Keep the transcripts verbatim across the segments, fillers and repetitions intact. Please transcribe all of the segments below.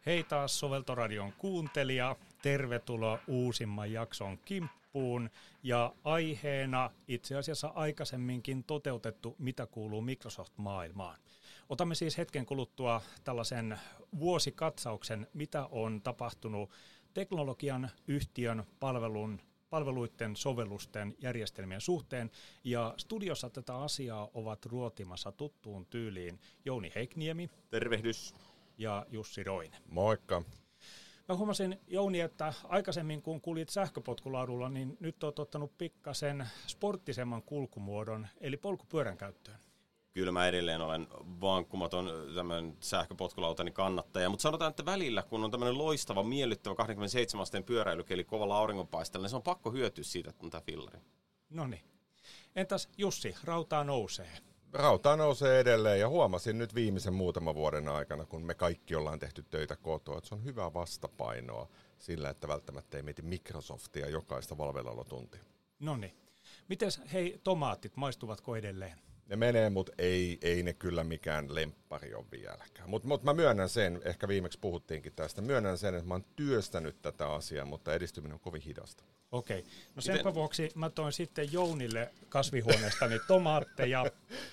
Hei taas Soveltoradion kuuntelija, tervetuloa uusimman jakson kimppuun ja aiheena itse asiassa aikaisemminkin toteutettu Mitä kuuluu Microsoft-maailmaan. Otamme siis hetken kuluttua tällaisen vuosikatsauksen, mitä on tapahtunut teknologian, yhtiön, palvelun, palveluiden, sovellusten, järjestelmien suhteen. Ja studiossa tätä asiaa ovat ruotimassa tuttuun tyyliin Jouni Heikniemi. Tervehdys. Ja Jussi Roine. Moikka. Mä huomasin, Jouni, että aikaisemmin kun kuljit sähköpotkulaudulla, niin nyt olet ottanut pikkasen sporttisemman kulkumuodon, eli polkupyörän käyttöön. Kyllä mä edelleen olen vankkumaton tämmöinen sähköpotkulautani kannattaja, mutta sanotaan, että välillä, kun on tämmöinen loistava, miellyttävä kaksikymmentäseitsemän asteen pyöräilykeli kovalla auringonpaisteella, niin se on pakko hyötyä siitä, että on tämä fillari. Noniin. Entäs Jussi, rautaa nousee? Rautaa nousee edelleen ja huomasin nyt viimeisen muutaman vuoden aikana, kun me kaikki ollaan tehty töitä kotoa, että se on hyvää vastapainoa sillä, että välttämättä ei mieti Microsoftia jokaista valveilutuntia. Noniin. Mites hei tomaatit, maistuvatko edelleen? Ne menee, mutta ei, ei ne kyllä mikään lemppari ole vieläkään. Mutta mut mä myönnän sen, ehkä viimeksi puhuttiinkin tästä, myönnän sen, että mä oon työstänyt tätä asiaa, mutta edistyminen on kovin hidasta. Okei, no senpä Miten? vuoksi mä toin sitten Jounille kasvihuoneestani tomaatteja.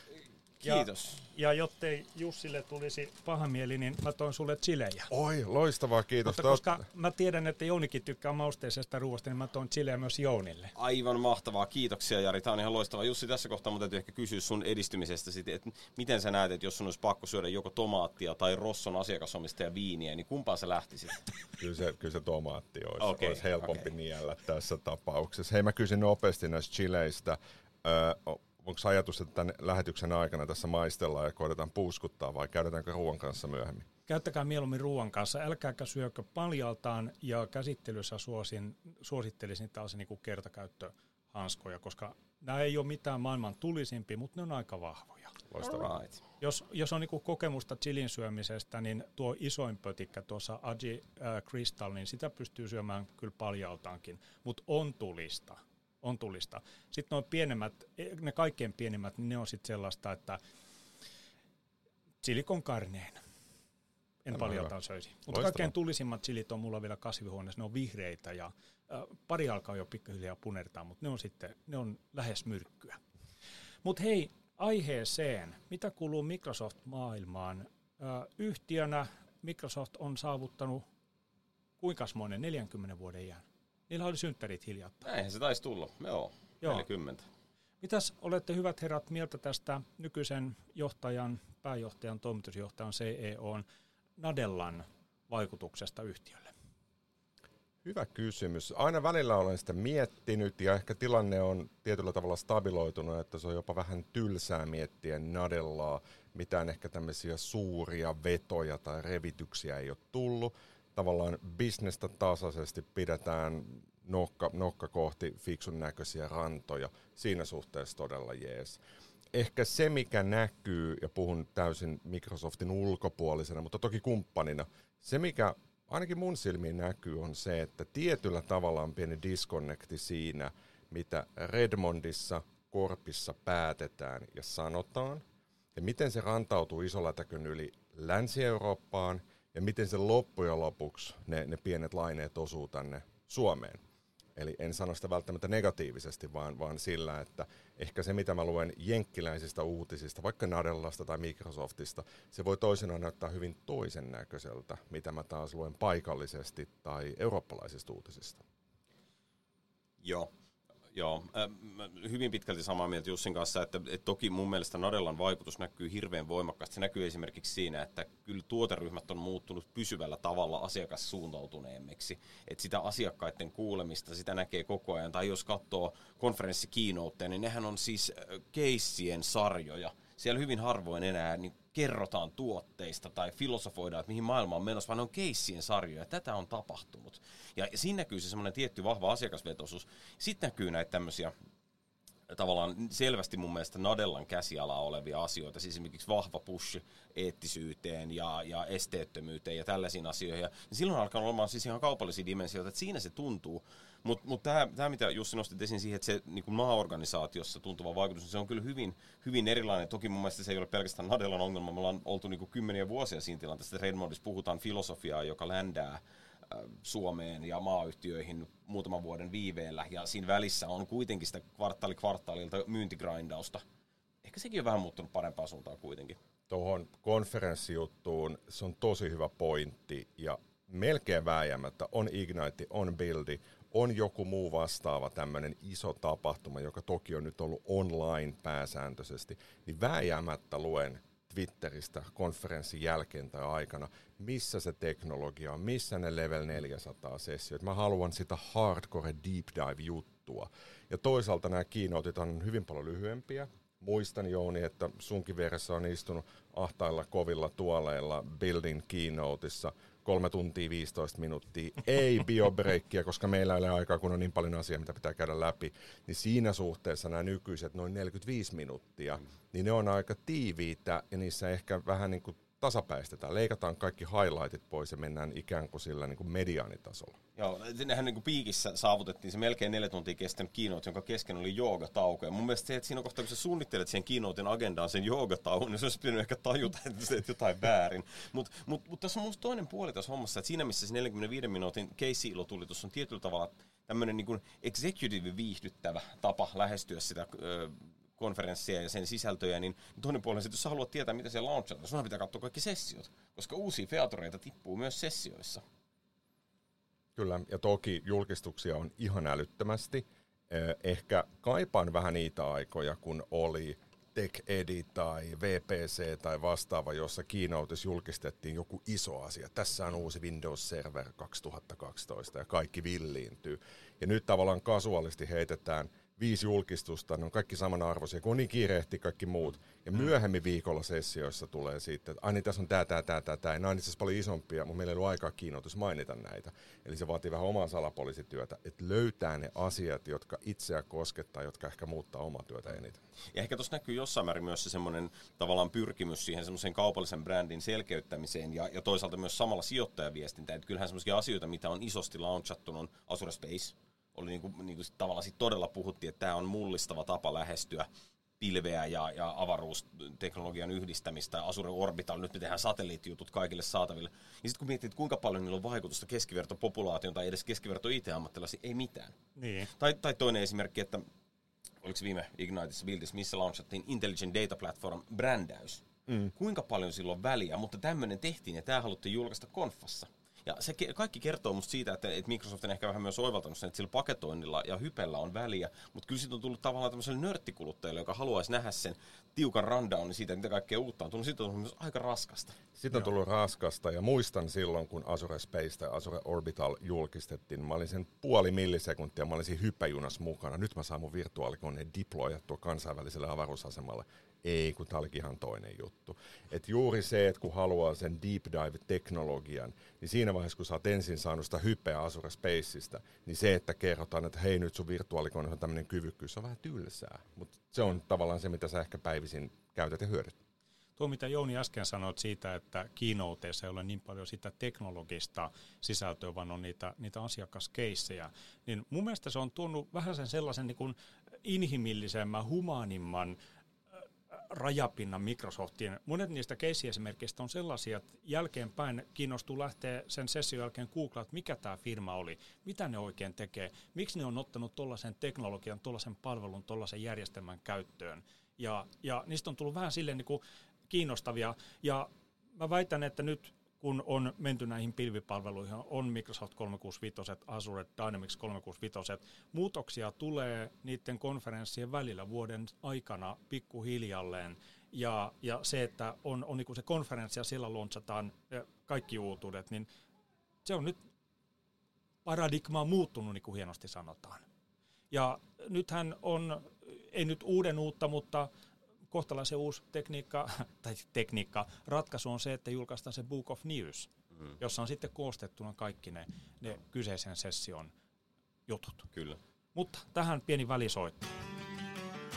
Kiitos. Ja, ja jottei Jussille tulisi paha mieli, niin mä toin sulle chilejä. Oi, loistavaa, kiitos. Mutta koska mä tiedän, että Jounikin tykkää mausteisesta ruoasta, niin mä toin chilejä myös Jounille. Aivan mahtavaa, kiitoksia Jari, tää on ihan loistavaa. Jussi, tässä kohtaa mun täytyy ehkä kysyä sun edistymisestä, että miten sä näet, että jos sun olisi pakko syödä joko tomaattia tai Rosson asiakasomistaja viiniä, niin kumpaan sä lähtisit? Kyllä se, kyllä se tomaatti olisi, okay, olisi helpompi okay. niellä tässä tapauksessa. Hei, mä kysyn nopeasti näistä chileistä. Öö, Onko ajatus, että tämän lähetyksen aikana tässä maistellaan ja koetetaan puuskuttaa vai käydetäänkö ruoan kanssa myöhemmin? Käyttäkää mieluummin ruoan kanssa. Älkääkä syökö paljaltaan ja käsittelyssä suosin, suosittelisin taas niin kuin kertakäyttöhanskoja, koska nämä ei ole mitään maailman tulisimpia, mutta ne on aika vahvoja. Loistavaa. Right. Jos, jos on niin kuin kokemusta chilin syömisestä, niin tuo isoin pötikkä tuossa Agi äh, Crystal, niin sitä pystyy syömään kyllä paljaltaankin, mutta on tulista. on tulista. Sitten nuo pienemmät, ne kaikkein pienimmät, niin ne on sitten sellaista, että chili con carneen. En paljaltaan söisi. Mutta kaikkein tulisimmat chilit on mulla vielä kasvihuoneessa, ne on vihreitä ja äh, pari alkaa jo pikkuhiljaa punertaa, mutta ne on sitten, ne on lähes myrkkyä. Mutta hei, aiheeseen, mitä kuuluu Microsoft-maailmaan? Äh, yhtiönä Microsoft on saavuttanut kuinkas monen neljänkymmenen vuoden iän? Niillä oli synttärit hiljattain. Näinhän se taisi tulla, joo, Joo. neljäkymmentä. Mitäs olette hyvät herrat mieltä tästä nykyisen johtajan, pääjohtajan, toimitusjohtajan C E O:n Nadellan vaikutuksesta yhtiölle? Hyvä kysymys. Aina välillä olen sitä miettinyt ja ehkä tilanne on tietyllä tavalla stabiloitunut, että se on jopa vähän tylsää miettiä Nadellaa. Mitään ehkä tämmöisiä suuria vetoja tai revityksiä ei ole tullut. Tavallaan bisnestä tasaisesti pidetään nokka, nokka kohti fiksun näköisiä rantoja. Siinä suhteessa todella jees. Ehkä se, mikä näkyy, ja puhun täysin Microsoftin ulkopuolisena, mutta toki kumppanina, se mikä ainakin mun silmiin näkyy on se, että tietyllä tavalla on pieni disconnecti siinä, mitä Redmondissa, Korpissa päätetään ja sanotaan, ja miten se rantautuu isolätäkön yli Länsi-Eurooppaan, ja miten se loppujen lopuksi ne, ne pienet laineet osuu tänne Suomeen. Eli en sano sitä välttämättä negatiivisesti, vaan, vaan sillä, että ehkä se, mitä mä luen jenkkiläisistä uutisista, vaikka Nadellasta tai Microsoftista, se voi toisinaan näyttää hyvin toisen näköiseltä, mitä mä taas luen paikallisesti tai eurooppalaisista uutisista. Joo. Joo, äh, hyvin pitkälti samaa mieltä Jussin kanssa, että, että toki mun mielestä Nadellan vaikutus näkyy hirveän voimakkaasti. Se näkyy esimerkiksi siinä, että kyllä tuoteryhmät on muuttunut pysyvällä tavalla asiakassuuntautuneemmiksi. Että sitä asiakkaiden kuulemista, sitä näkee koko ajan. Tai jos katsoo konferenssi-keynoteja, niin nehän on siis keissien sarjoja. Siellä hyvin harvoin enää niin kerrotaan tuotteista tai filosofoidaan, että mihin maailma on menossa, vaan ne on keissien sarjoja. Tätä on tapahtunut. Ja siinä näkyy se semmoinen tietty vahva asiakasvetoisuus. Sitten näkyy näitä tämmöisiä tavallaan selvästi mun mielestä Nadellan käsialaa olevia asioita, siis esimerkiksi vahva push eettisyyteen ja, ja esteettömyyteen ja tällaisiin asioihin. Ja silloin alkaa olemaan siis ihan kaupallisia dimensioita, että siinä se tuntuu. Mutta mut tämä, mitä Jussi nostit esiin siihen, että se niin kuin maaorganisaatiossa tuntuva vaikutus, niin se on kyllä hyvin, hyvin erilainen. Toki mun mielestä se ei ole pelkästään Nadellan ongelma. Me ollaan oltu niin kuin kymmeniä vuosia siinä tilanteessa, että Redmondissa puhutaan filosofiaa, joka ländää Suomeen ja maayhtiöihin muutaman vuoden viiveellä, ja siinä välissä on kuitenkin sitä kvartaali kvartaalilta myyntigrindausta. Ehkä sekin on vähän muuttunut parempaan suuntaan kuitenkin. Tuohon konferenssijuttuun se on tosi hyvä pointti, ja melkein vääjäämättä on Ignite, on Buildi, on joku muu vastaava tämmöinen iso tapahtuma, joka toki on nyt ollut online pääsääntöisesti, niin vääjäämättä luen Twitteristä konferenssin jälkeen tai aikana, missä se teknologia on, missä ne level neljäsataa sessioita. Mä haluan sitä hardcore deep dive juttua. Ja toisaalta nämä keynoteit on hyvin paljon lyhyempiä. Muistan, Jouni, että sunkin vieressä on istunut ahtailla kovilla tuoleilla building keynoteissa kolme tuntia viisitoista minuuttia, ei biobreikkiä, koska meillä ei ole aikaa, kun on niin paljon asiaa, mitä pitää käydä läpi, niin siinä suhteessa nämä nykyiset noin neljäkymmentäviisi minuuttia, mm. niin ne on aika tiiviitä ja niissä ehkä vähän niin kuin tasapäistetään, leikataan kaikki highlightit pois ja mennään ikään kuin sillä niin kuin mediaanitasolla. Joo, nehän niin kuin piikissä saavutettiin se melkein neljä tuntia kestänyt keynote, jonka kesken oli joogatauko. Ja mun mielestä se, että siinä kohtaa, kun sä suunnittelet siihen keynoten agendaan sen joogatauon, niin se olisi pitänyt ehkä tajuta, että sä teet jotain väärin. Mutta mut, mut tässä on musta toinen puoli tässä hommassa, että siinä missä se neljänkymmenenviiden minuutin case-ilotulitus on tietyllä tavalla tämmöinen niin kuin executive-viihdyttävä tapa lähestyä sitä ö, konferenssia ja sen sisältöjä, niin toinen puoli on, että jos sä haluat tietää, mitä siellä launchataan, sunhan pitää katsoa kaikki sessiot, koska uusia featureita tippuu myös sessioissa. Kyllä, ja toki julkistuksia on ihan älyttömästi. Ehkä kaipaan vähän niitä aikoja, kun oli TechEdi tai V P C tai vastaava, jossa keynoteissa julkistettiin joku iso asia. Tässä on uusi Windows Server kaksituhattakaksitoista ja kaikki villiintyy. Ja nyt tavallaan kasuaalisti heitetään viisi julkistusta, ne on kaikki samanarvoisia, kun on niin kiirehti kaikki muut. Ja myöhemmin viikolla sessioissa tulee sitten, että ai niin tässä on tää, tää, tää, tää, tää. Nämä on itse asiassa paljon isompia, mutta meillä ei ollut aikaa keynoteissa mainita näitä. Eli se vaatii vähän omaa salapoliisityötä, että löytää ne asiat, jotka itseä koskettaa, jotka ehkä muuttaa omaa työtä eniten. Ja ehkä tuossa näkyy jossain määrin myös se semmoinen tavallaan pyrkimys siihen semmoisen kaupallisen brändin selkeyttämiseen ja, ja toisaalta myös samalla sijoittajaviestintä. Että kyllähän semmoisia asioita, mitä on isosti launchattu, on Azure Space. Oli niinku, niinku tavallaan sit todella puhuttiin, että tämä on mullistava tapa lähestyä pilveä ja, ja avaruusteknologian yhdistämistä. Azure Orbital, nyt me tehdään satelliittijutut kaikille saataville. Ja sitten kun miettii, että kuinka paljon niillä on vaikutusta keskivertopopulaation tai edes keskiverto I T-ammattilaisiin, ei mitään. Niin. Tai, tai toinen esimerkki, että oliko se viime Igniteissa Buildissa, missä launchattiin Intelligent Data Platform brändäys. Mm. Kuinka paljon sillä on väliä, mutta tämmöinen tehtiin ja tämä haluttiin julkaista konfassa. Ja se kaikki kertoo musta siitä, että, että Microsoft on ehkä vähän myös oivaltanut sen, että sillä paketoinnilla ja hypellä on väliä, mutta kyllä siitä on tullut tavallaan tämmöiselle nörttikuluttajalle, joka haluaisi nähdä sen tiukan rundownin siitä, mitä kaikkea uutta on tullut. Siitä on tullut myös aika raskasta. Siitä on tullut raskasta ja muistan silloin, kun Azure Space tai Azure Orbital julkistettiin, mä olin sen puoli millisekuntia, mä olin siinä hyppäjunas mukana. Nyt mä saan mun virtuaalikoneen deployattua kansainväliselle avaruusasemalle. Ei, kun tämä olikin ihan toinen juttu. Et juuri se, että kun haluaa sen deep dive-teknologian, niin siinä vaiheessa, kun sä oot ensin saanut sitä hypeä Azure Spaceista, niin se, että kerrotaan, että hei, nyt sun virtuaalikone on tämmöinen kyvykkyys, se on vähän tylsää. Mutta se on tavallaan se, mitä sä ehkä päivisin käytät ja hyödyt. Tuo, mitä Jouni äsken sanoit siitä, että keynoteissa ei ole niin paljon sitä teknologista sisältöä, vaan on niitä, niitä asiakaskeissejä, niin mun mielestä se on tuonut vähän sen sellaisen niin kuin inhimillisemmän, humaanimman rajapinnan Microsoftiin. Monet niistä case-esimerkkeistä on sellaisia, että jälkeenpäin kiinnostuu lähteä sen session jälkeen googlaa, että mikä tämä firma oli, mitä ne oikein tekee, miksi ne on ottanut tuollaisen teknologian, tuollaisen palvelun, tuollaisen järjestelmän käyttöön. Ja, ja niistä on tullut vähän silleen niin kuin kiinnostavia. Ja mä väitän, että nyt kun on menty näihin pilvipalveluihin, on Microsoft kolmesataakuusikymmentäviisi, Azure Dynamics kolmesataakuusikymmentäviisi, muutoksia tulee niiden konferenssien välillä vuoden aikana pikkuhiljalleen. Ja, ja se, että on, on niin se konferenssi ja siellä launchataan kaikki uutuudet, niin se on nyt paradigma muuttunut, niin kuin hienosti sanotaan. Ja nythän on, ei nyt uuden uutta, mutta kohtalaisen uusi tekniikka, tai tekniikka, ratkaisu on se, että julkaistaan se Book of News, mm. jossa on sitten koostettuna kaikki ne, ne kyseisen session jutut. Kyllä. Mutta tähän pieni välisoitto.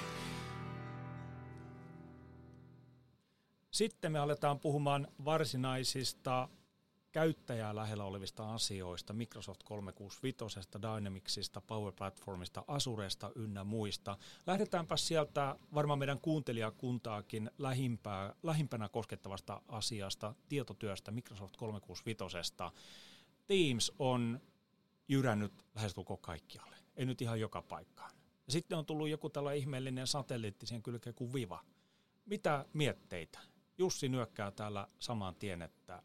Sitten me aletaan puhumaan varsinaisista käyttäjää lähellä olevista asioista, Microsoft kolmesataakuusikymmentäviisi, Dynamicsista, Power Platformista, Azuresta ynnä muista. Lähdetäänpä sieltä varmaan meidän kuuntelijakuntaakin lähimpää, lähimpänä koskettavasta asiasta, tietotyöstä, Microsoft kolmesataakuusikymmentäviisi. Teams on jyrännyt lähestulkoon kaikkialle, ei nyt ihan joka paikkaan. Ja sitten on tullut joku tällainen ihmeellinen satelliitti siihen kylkeen kuin Viva. Mitä mietteitä? Jussi nyökkää täällä saman tien, että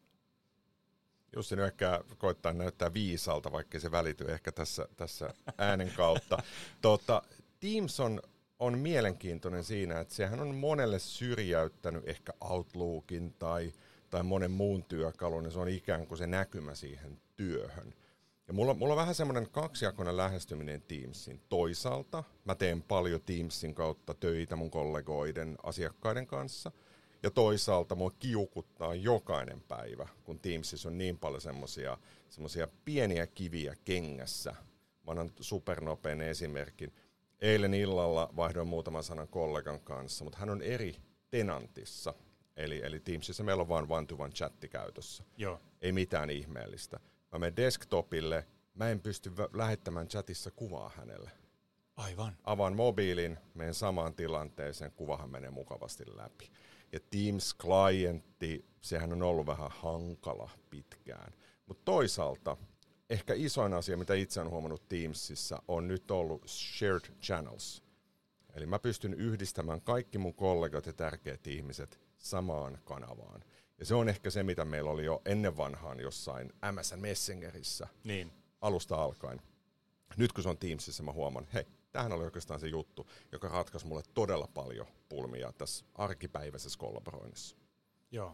Jussi nyökkää koittaa näyttää viisalta, vaikka se välity ehkä tässä, tässä äänen kautta. Tota, Teams on, on mielenkiintoinen siinä, että sehän on monelle syrjäyttänyt ehkä Outlookin tai, tai monen muun työkalun, ja se on ikään kuin se näkymä siihen työhön. Ja mulla, mulla on vähän semmoinen kaksijakoinen lähestyminen Teamsiin. Toisaalta mä teen paljon Teamsin kautta töitä mun kollegoiden, asiakkaiden kanssa. Ja toisaalta mua kiukuttaa jokainen päivä, kun Teamsissa on niin paljon semmosia, semmosia pieniä kiviä kengässä. Mä annan supernopean esimerkin. Eilen illalla vaihdoin muutaman sanan kollegan kanssa, mutta hän on eri tenantissa. Eli, eli Teamsissa meillä on vain one-to-one chatti käytössä. Joo. Ei mitään ihmeellistä. Mä menen desktopille, mä en pysty lähettämään chatissa kuvaa hänelle. Aivan. Avaan mobiilin, menen samaan tilanteeseen, kuvahan menee mukavasti läpi. Ja Teams-klientti, sehän on ollut vähän hankala pitkään. Mutta toisaalta ehkä isoin asia, mitä itse olen huomannut Teamsissa, on nyt ollut shared channels. Eli mä pystyn yhdistämään kaikki mun kollegat ja tärkeät ihmiset samaan kanavaan. Ja se on ehkä se, mitä meillä oli jo ennen vanhaan jossain M S N Messengerissä niin. alusta alkaen. Nyt kun se on Teamsissa, mä huomaan, hei, tämähän oli oikeastaan se juttu, joka ratkaisi mulle todella paljon pulmia tässä arkipäiväisessä kollaboroinnissa. Joo.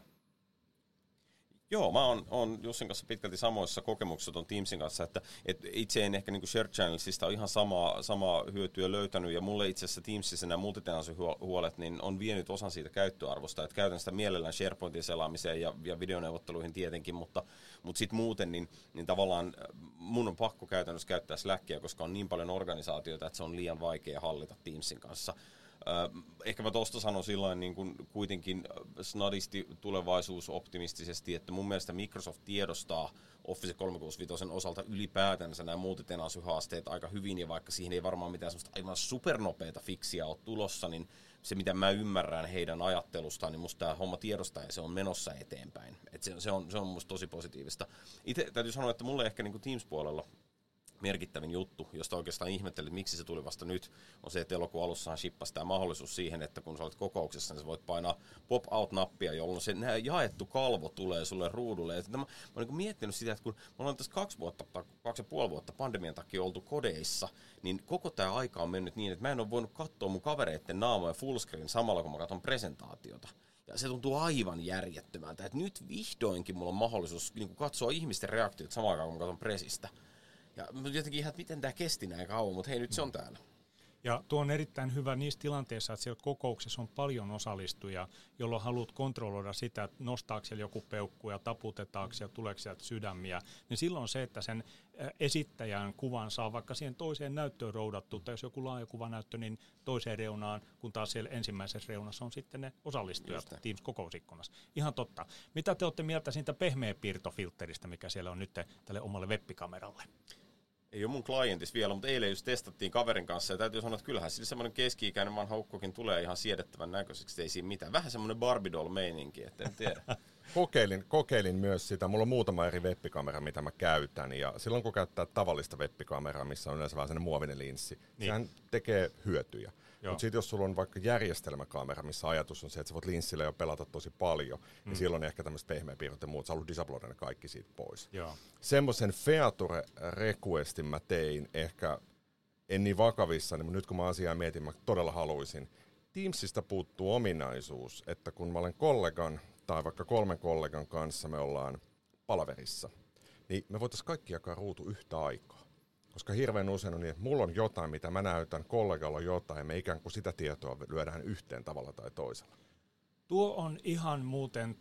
Joo, mä oon, oon Jussin kanssa pitkälti samoissa kokemuksissa tuon Teamsin kanssa, että et itse en ehkä niinku Shared Channelsista ihan samaa, samaa hyötyä löytänyt, ja mulle itse asiassa Teamsissa nämä multitenanssihuolet niin on vienyt osan siitä käyttöarvosta, että käytän sitä mielellään SharePointin selaamiseen ja, ja videoneuvotteluihin tietenkin, mutta, mutta sitten muuten niin, niin tavallaan mun on pakko käytännössä käyttää Slackia, koska on niin paljon organisaatioita, että se on liian vaikea hallita Teamsin kanssa. Uh, ehkä mä tuosta sanon sillain niin kuin kuitenkin snadisti tulevaisuusoptimistisesti, että mun mielestä Microsoft tiedostaa Office kolmesataakuusikymmentäviisi osalta ylipäätänsä nämä multitenanssy-haasteet aika hyvin, ja vaikka siihen ei varmaan mitään semmoista aivan supernopeata fiksiä ole tulossa, niin se mitä mä ymmärrän heidän ajattelustaan, niin musta tämä homma tiedostaa ja se on menossa eteenpäin. Et se, se, on, se on musta tosi positiivista. Itse täytyy sanoa, että mulle ehkä niin kuin Teams-puolella merkittävin juttu, josta oikeastaan ihmettelin, että miksi se tuli vasta nyt, on se, että elokuun alussahan shippasi tämä mahdollisuus siihen, että kun sä olet kokouksessa, niin sä voit painaa pop-out-nappia, jolloin se jaettu kalvo tulee sulle ruudulle. Ja mä, mä oon niin miettinyt sitä, että kun me ollaan tässä kaksi vuotta tai kaksi ja puoli vuotta pandemian takia oltu kodeissa, niin koko tämä aika on mennyt niin, että mä en ole voinut katsoa mun kavereiden naamoja fullscreen samalla, kun mä katson presentaatiota. Ja se tuntuu aivan järjettömältä, että nyt vihdoinkin mulla on mahdollisuus niin katsoa ihmisten reaktiot samaan aikaan, kun mä katson presistä. Ja jotenkin ihan, että miten tämä kesti näin kauan, mutta hei, nyt se on täällä. Ja tuo on erittäin hyvä niissä tilanteissa, että siellä kokouksessa on paljon osallistujia, jolloin haluat kontrolloida sitä, että nostaako siellä joku peukku ja taputetaanko ja tuleeko sieltä sydämiä. Niin silloin se, että sen esittäjän kuvan saa vaikka siihen toiseen näyttöön roudattu, tai jos joku laaja kuvanäyttö, niin toiseen reunaan, kun taas siellä ensimmäisessä reunassa on sitten ne osallistujat Teams-kokousikkunassa. Ihan totta. Mitä te olette mieltä siitä pehmeäpiirtofiltteristä, mikä siellä on nyt tälle omalle webbikameralle? Ei ole mun klientissa vielä, mutta eilen just testattiin kaverin kanssa, ja täytyy sanoa, että kyllähän sillä semmoinen keski-ikäinen vanha ukkokin tulee ihan siedettävän näköiseksi, ei siinä mitään. Vähän semmoinen Barbie doll-meininki, että en tiedä. Kokeilin, kokeilin myös sitä. Mulla on muutama eri webbikamera, mitä mä käytän, ja silloin kun käyttää tavallista webbikameraa, missä on yleensä vähän sellainen muovinen linssi, niin sehän tekee hyötyjä. Mutta sitten jos sulla on vaikka järjestelmäkamera, missä ajatus on se, että sä voit linssillä jo pelata tosi paljon, mm. niin silloin ehkä tämmöiset pehmeäpiirrot ja muut, sä haluat disabloida ne kaikki siitä pois. Semmoisen feature-requestin mä tein, ehkä en niin vakavissa, niin nyt kun mä asiaa mietin, mä todella haluaisin. Teamsista puuttuu ominaisuus, että kun mä olen kollegan tai vaikka kolmen kollegan kanssa me ollaan palaverissa, niin me voitaisiin kaikki jakaa ruutu yhtä aikaa. Koska hirveän usein on niin, että mulla on jotain, mitä mä näytän, kollegalla on jotain, ja me ikään kuin sitä tietoa lyödään yhteen tavalla tai toisella. Tuo on ihan muuten totta.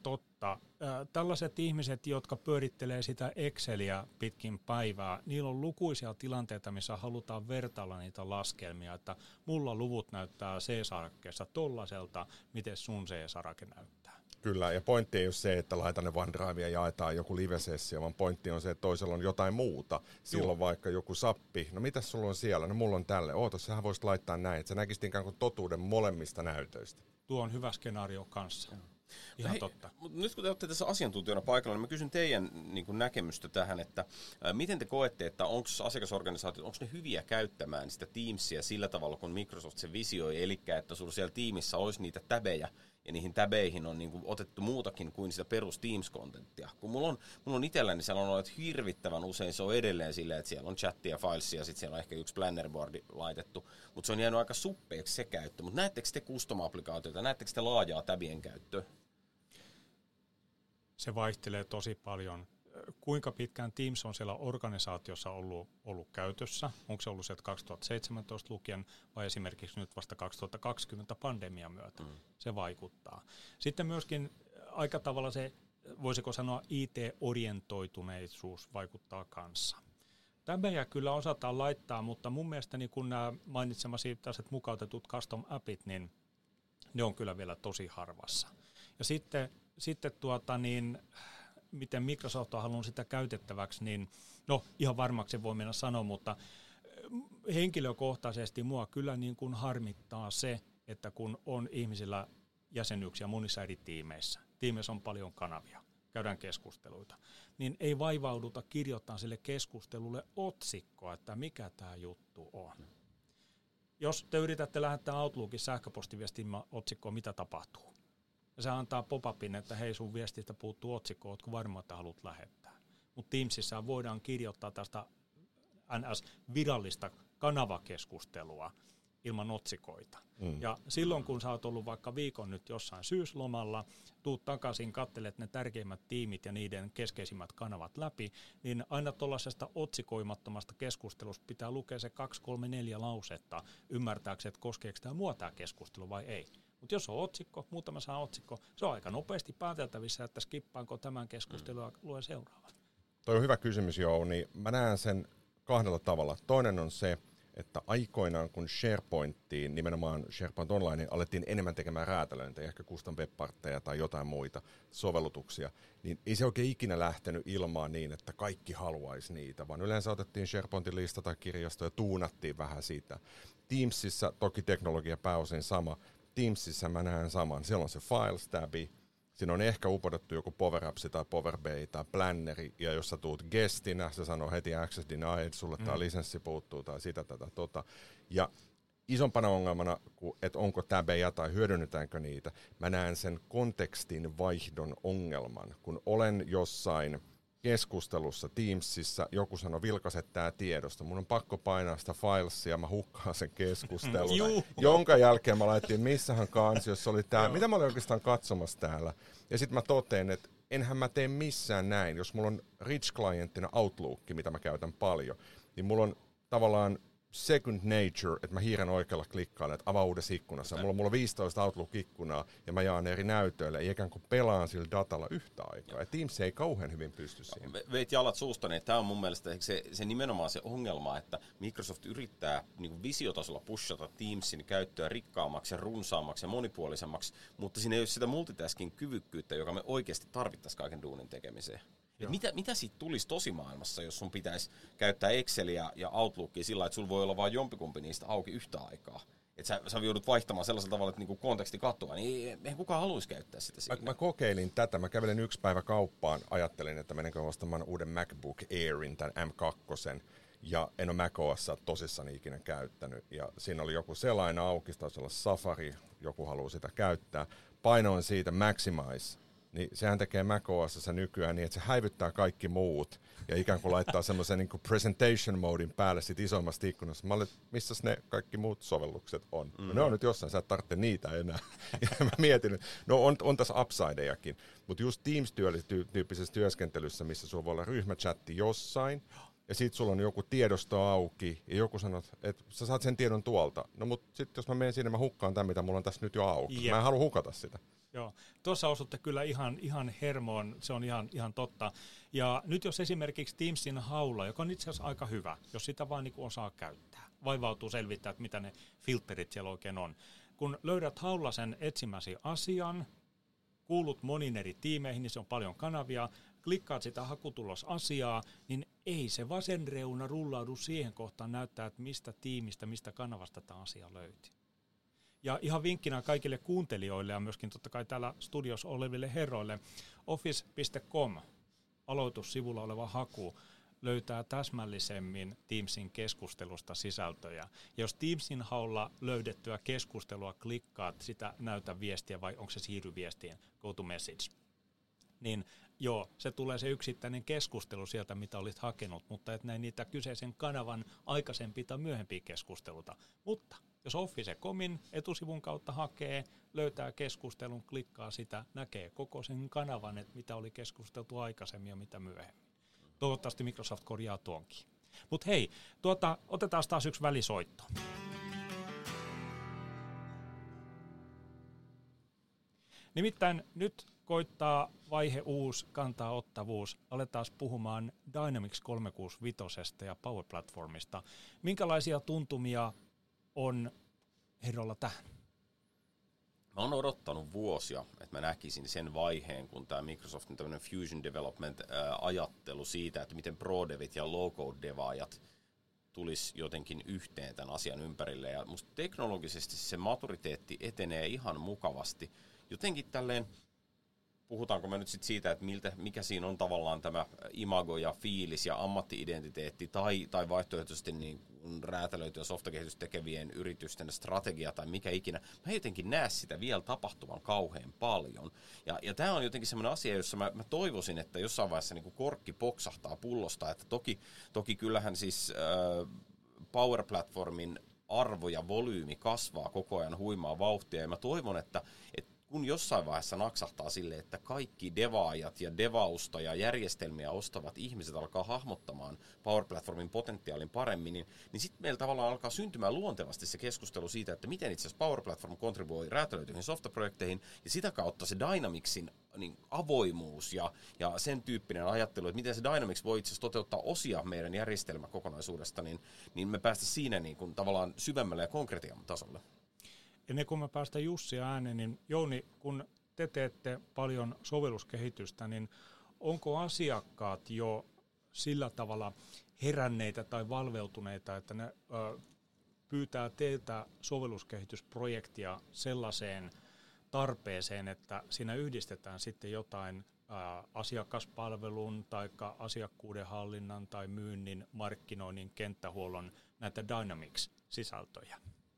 totta. Tällaiset ihmiset, jotka pyörittelee sitä Exceliä pitkin päivää, niillä on lukuisia tilanteita, missä halutaan vertailla niitä laskelmia, että mulla luvut näyttää C-sarakkeessa tollaiselta, miten sun C-sarake näyttää. Kyllä, ja pointti ei ole se, että laitan ne OneDrive ja jaetaan joku live-sessio, vaan pointti on se, että toisella on jotain muuta. Silloin Juh. vaikka joku sappi, no mitäs sulla on siellä? No mulla on tälle. Oota, sähän voisit laittaa näin, että sä näkisit ikään kuin totuuden molemmista näytöistä. Tuo on hyvä skenaario kanssa. Ihan hei, totta. Nyt kun te olette tässä asiantuntijana paikalla, niin mä kysyn teidän niin kuin näkemystä tähän, että ää, miten te koette, että onko asiakasorganisaatiot, onko ne hyviä käyttämään sitä Teamsia sillä tavalla, kun Microsoft se visioi, eli että sulla siellä tiimissä olisi niitä täbejä, ja niihin täbeihin on niin kuin otettu muutakin kuin sitä perus Teams-kontenttia. Kun mulla on, mulla on itselläni, niin siellä on ollut hirvittävän usein, se on edelleen silleen, että siellä on chattia ja filesia, ja sitten siellä on ehkä yksi plannerboardi laitettu, mutta se on jäänyt aika suppeeksi se käyttö. Mutta näettekö te custom-applikaatioita, näettekö te laajaa täbien käyttöä? Se vaihtelee tosi paljon. Kuinka pitkään Teams on siellä organisaatiossa ollut, ollut käytössä? Onko se ollut se kaksituhattaseitsemäntoista lukien vai esimerkiksi nyt vasta kaksituhattakaksikymmentä pandemian myötä? Mm. Se vaikuttaa. Sitten myöskin aika tavalla se, voisiko sanoa, I T-orientoituneisuus vaikuttaa kanssa. Täbejä kyllä osataan laittaa, mutta mun mielestä niin kun nämä mainitsemasi tällaiset mukautetut custom-appit, niin ne on kyllä vielä tosi harvassa. Ja sitten, sitten tuota niin... miten Microsoft on halunnut sitä käytettäväksi, niin no ihan varmaksi voi mennä sanoa, mutta henkilökohtaisesti mua kyllä niin kuin harmittaa se, että kun on ihmisillä jäsenyyksiä monissa eri tiimeissä, tiimeissä on paljon kanavia, käydään keskusteluita, niin ei vaivauduta kirjoittaa sille keskustelulle otsikkoa, että mikä tämä juttu on. Jos te yritätte lähettää Outlookin sähköpostiviestin otsikkoon, mitä tapahtuu? Ja se antaa pop-upin, että hei, sun viestistä puuttuu otsikko, ootko varma, että haluat lähettää. Mutta Teamsissa voidaan kirjoittaa tästä N S-virallista kanavakeskustelua ilman otsikoita. Mm. Ja silloin, kun sä oot ollut vaikka viikon nyt jossain syyslomalla, tuut takaisin, katselet ne tärkeimmät tiimit ja niiden keskeisimmät kanavat läpi, niin aina tuollaisesta otsikoimattomasta keskustelusta pitää lukea se kaksi, kolme, neljä lausetta, ymmärtääkseen, että koskeeko tämä mua tämä keskustelu vai ei. Mutta jos on otsikko, muutama saa otsikko, se on aika nopeasti pääteltävissä, että skippaanko tämän keskustelua ja luen seuraavan. Toi on hyvä kysymys, Jouni. Mä näen sen kahdella tavalla. Toinen on se, että aikoinaan kun SharePointtiin, nimenomaan SharePoint Online, alettiin enemmän tekemään räätälöintejä, ehkä custom web-partteja tai jotain muita sovellutuksia, niin ei se oikein ikinä lähtenyt ilmaan niin, että kaikki haluaisi niitä, vaan yleensä otettiin SharePointin lista tai kirjasto ja tuunattiin vähän siitä. Teamsissa toki teknologia pääosin sama. Teamsissa mä näen saman. Siellä on se Files-tabi, siinä on ehkä upotettu joku Power Apps tai Power B I tai Planneri, ja jos sä tuut gestinä, se sanoo heti access denied, sulle mm. tämä lisenssi puuttuu tai sitä tätä tota. Ja isompana ongelmana, että onko tabeja tai hyödynnetäänkö niitä, mä näen sen kontekstin vaihdon ongelman. Kun olen jossain keskustelussa Teamsissa, joku sanoo, vilkaiset tää tiedosto, mun on pakko painaa sitä filesia, mä hukkaan sen keskustelun, jonka jälkeen mä laittiin, missähän kansiossa oli tää, mitä mä olin oikeastaan katsomassa täällä, ja sitten mä totean, että enhän mä tee missään näin, jos mulla on Rich-klienttina Outlook, mitä mä käytän paljon, niin mulla on tavallaan second nature, että mä hiiren oikealla klikkailen, että avaa uudessa ikkunassa. Mulla on, mulla on viisitoista Outlook-ikkunaa ja mä jaan eri näytöille ja ikään kuin pelaan sillä datalla yhtä aikaa. Ja Teams ei kauhean hyvin pysty siihen. Veit jalat suusta, niin tämä on mun mielestä se, se nimenomaan se ongelma, että Microsoft yrittää niin visiotasolla pushata Teamsin käyttöä rikkaammaksi ja runsaammaksi ja monipuolisemmaksi, mutta siinä ei ole sitä multitasking kyvykkyyttä, joka me oikeasti tarvittaisiin kaiken duunin tekemiseen. Mitä, mitä siitä tulisi tosimaailmassa, jos sun pitäisi käyttää Exceliä ja Outlookia sillä, että sulla voi olla vain jompikumpi niistä auki yhtä aikaa? Että sä, sä joudut vaihtamaan sellaisella tavalla, että niinku konteksti katoaa, niin eihän kukaan haluaisi käyttää sitä siinä. Mä, mä kokeilin tätä. Mä kävelin yksi päivä kauppaan, ajattelin, että menenkö ostamaan uuden MacBook Airin, tämän M kaksi, ja en ole macOSa tosissani ikinä käyttänyt. Ja siinä oli joku sellainen auki, taisi olla Safari, joku haluaa sitä käyttää. Painoin siitä Maximize. Niin sehän tekee macOSissa nykyään niin, että se häivyttää kaikki muut ja ikään kuin laittaa semmoisen niin kuin presentation modin päälle sit isommasta ikkunasta. Mä olin, missä ne kaikki muut sovellukset on? Mm. No, ne on nyt jossain, sä et tarvitse niitä enää. Ja mä mietin, no on, on tässä upsidejakin, mutta just Teams-tyyppisessä työskentelyssä, missä sulla voi olla ryhmächatti jossain, ja sit sulla on joku tiedosto auki, ja joku sanoo, että sä saat sen tiedon tuolta. No mut sit jos mä menen sinne, mä hukkaan tämän, mitä mulla on tässä nyt jo auki. Yep. Mä en halua hukata sitä. Joo, tuossa osutte kyllä ihan, ihan hermoon, se on ihan, ihan totta. Ja nyt jos esimerkiksi Teamsin haulla, joka on itse asiassa aika hyvä, jos sitä vaan niin kuin osaa käyttää, vaivautuu selvittää, että mitä ne filterit siellä oikein on. Kun löydät haulla sen etsimäsi asian, kuulut monin eri tiimeihin, niin se on paljon kanavia, klikkaat sitä hakutulosasiaa, niin ei se vasen reuna rullaudu siihen kohtaan näyttää, että mistä tiimistä, mistä kanavasta tämä asia löytyy. Ja ihan vinkkinä kaikille kuuntelijoille ja myöskin totta kai täällä studiossa oleville herroille, office piste com aloitussivulla oleva haku löytää täsmällisemmin Teamsin keskustelusta sisältöjä. Ja jos Teamsin haulla löydettyä keskustelua klikkaat, sitä näytä viestiä vai onko se siirry viestiin, go to message, niin joo, se tulee se yksittäinen keskustelu sieltä, mitä olit hakenut, mutta et näin niitä kyseisen kanavan aikaisempia tai myöhempiä keskusteluta. Mutta jos Office piste comin etusivun kautta hakee, löytää keskustelun, klikkaa sitä, näkee koko sen kanavan, että mitä oli keskusteltu aikaisemmin ja mitä myöhemmin. Toivottavasti Microsoft korjaa tuonkin. Mutta hei, tuota, otetaan taas yksi välisoitto. Nimittäin nyt koittaa vaihe uusi, kantaa ottavuus. Aletaan puhumaan Dynamics kolmesataakuusikymmentäviisi ja Power Platformista. Minkälaisia tuntumia on herrolla tähän? Mä oon odottanut vuosia, että mä näkisin sen vaiheen, kun tämä Microsoftin tämmöinen Fusion Development-ajattelu siitä, että miten ProDevit ja low-code-devaajat tulisi jotenkin yhteen tämän asian ympärille. Ja musta teknologisesti se maturiteetti etenee ihan mukavasti. Jotenkin tälleen, puhutaanko me nyt sit siitä, että miltä, mikä siinä on tavallaan tämä imago ja fiilis ja ammatti-identiteetti tai, tai vaihtoehtoisesti niin räätälöityä softakehitystä tekevien yritysten strategia tai mikä ikinä. Mä jotenkin näe sitä vielä tapahtuvan kauhean paljon. Ja, ja tämä on jotenkin semmoinen asia, jossa mä, mä toivoisin, että jossain vaiheessa niin kuin korkki poksahtaa pullosta. Että toki, toki kyllähän siis äh, Power Platformin arvo ja volyymi kasvaa koko ajan huimaa vauhtia. Ja mä toivon, että, että kun jossain vaiheessa naksahtaa sille, että kaikki devaajat ja devausta ja järjestelmiä ostavat ihmiset alkaa hahmottamaan Power Platformin potentiaalin paremmin, niin, niin sitten meillä tavallaan alkaa syntymään luontevasti se keskustelu siitä, että miten itse asiassa Power Platform kontribuoi räätälöityihin softaprojekteihin, ja sitä kautta se Dynamicsin niin, avoimuus ja, ja sen tyyppinen ajattelu, että miten se Dynamics voi itse asiassa toteuttaa osia meidän järjestelmäkokonaisuudesta, niin, niin me päästä siinä niin kuin, tavallaan syvemmälle ja konkretian tasolle. Ennen kuin mä päästän Jussia ääneen, niin Jouni, kun te teette paljon sovelluskehitystä, niin onko asiakkaat jo sillä tavalla heränneitä tai valveutuneita, että ne ö, pyytää teiltä sovelluskehitysprojektia sellaiseen tarpeeseen, että siinä yhdistetään sitten jotain ö, asiakaspalvelun tai asiakkuuden hallinnan tai myynnin, markkinoinnin, kenttähuollon näitä Dynamics-sisältöjä?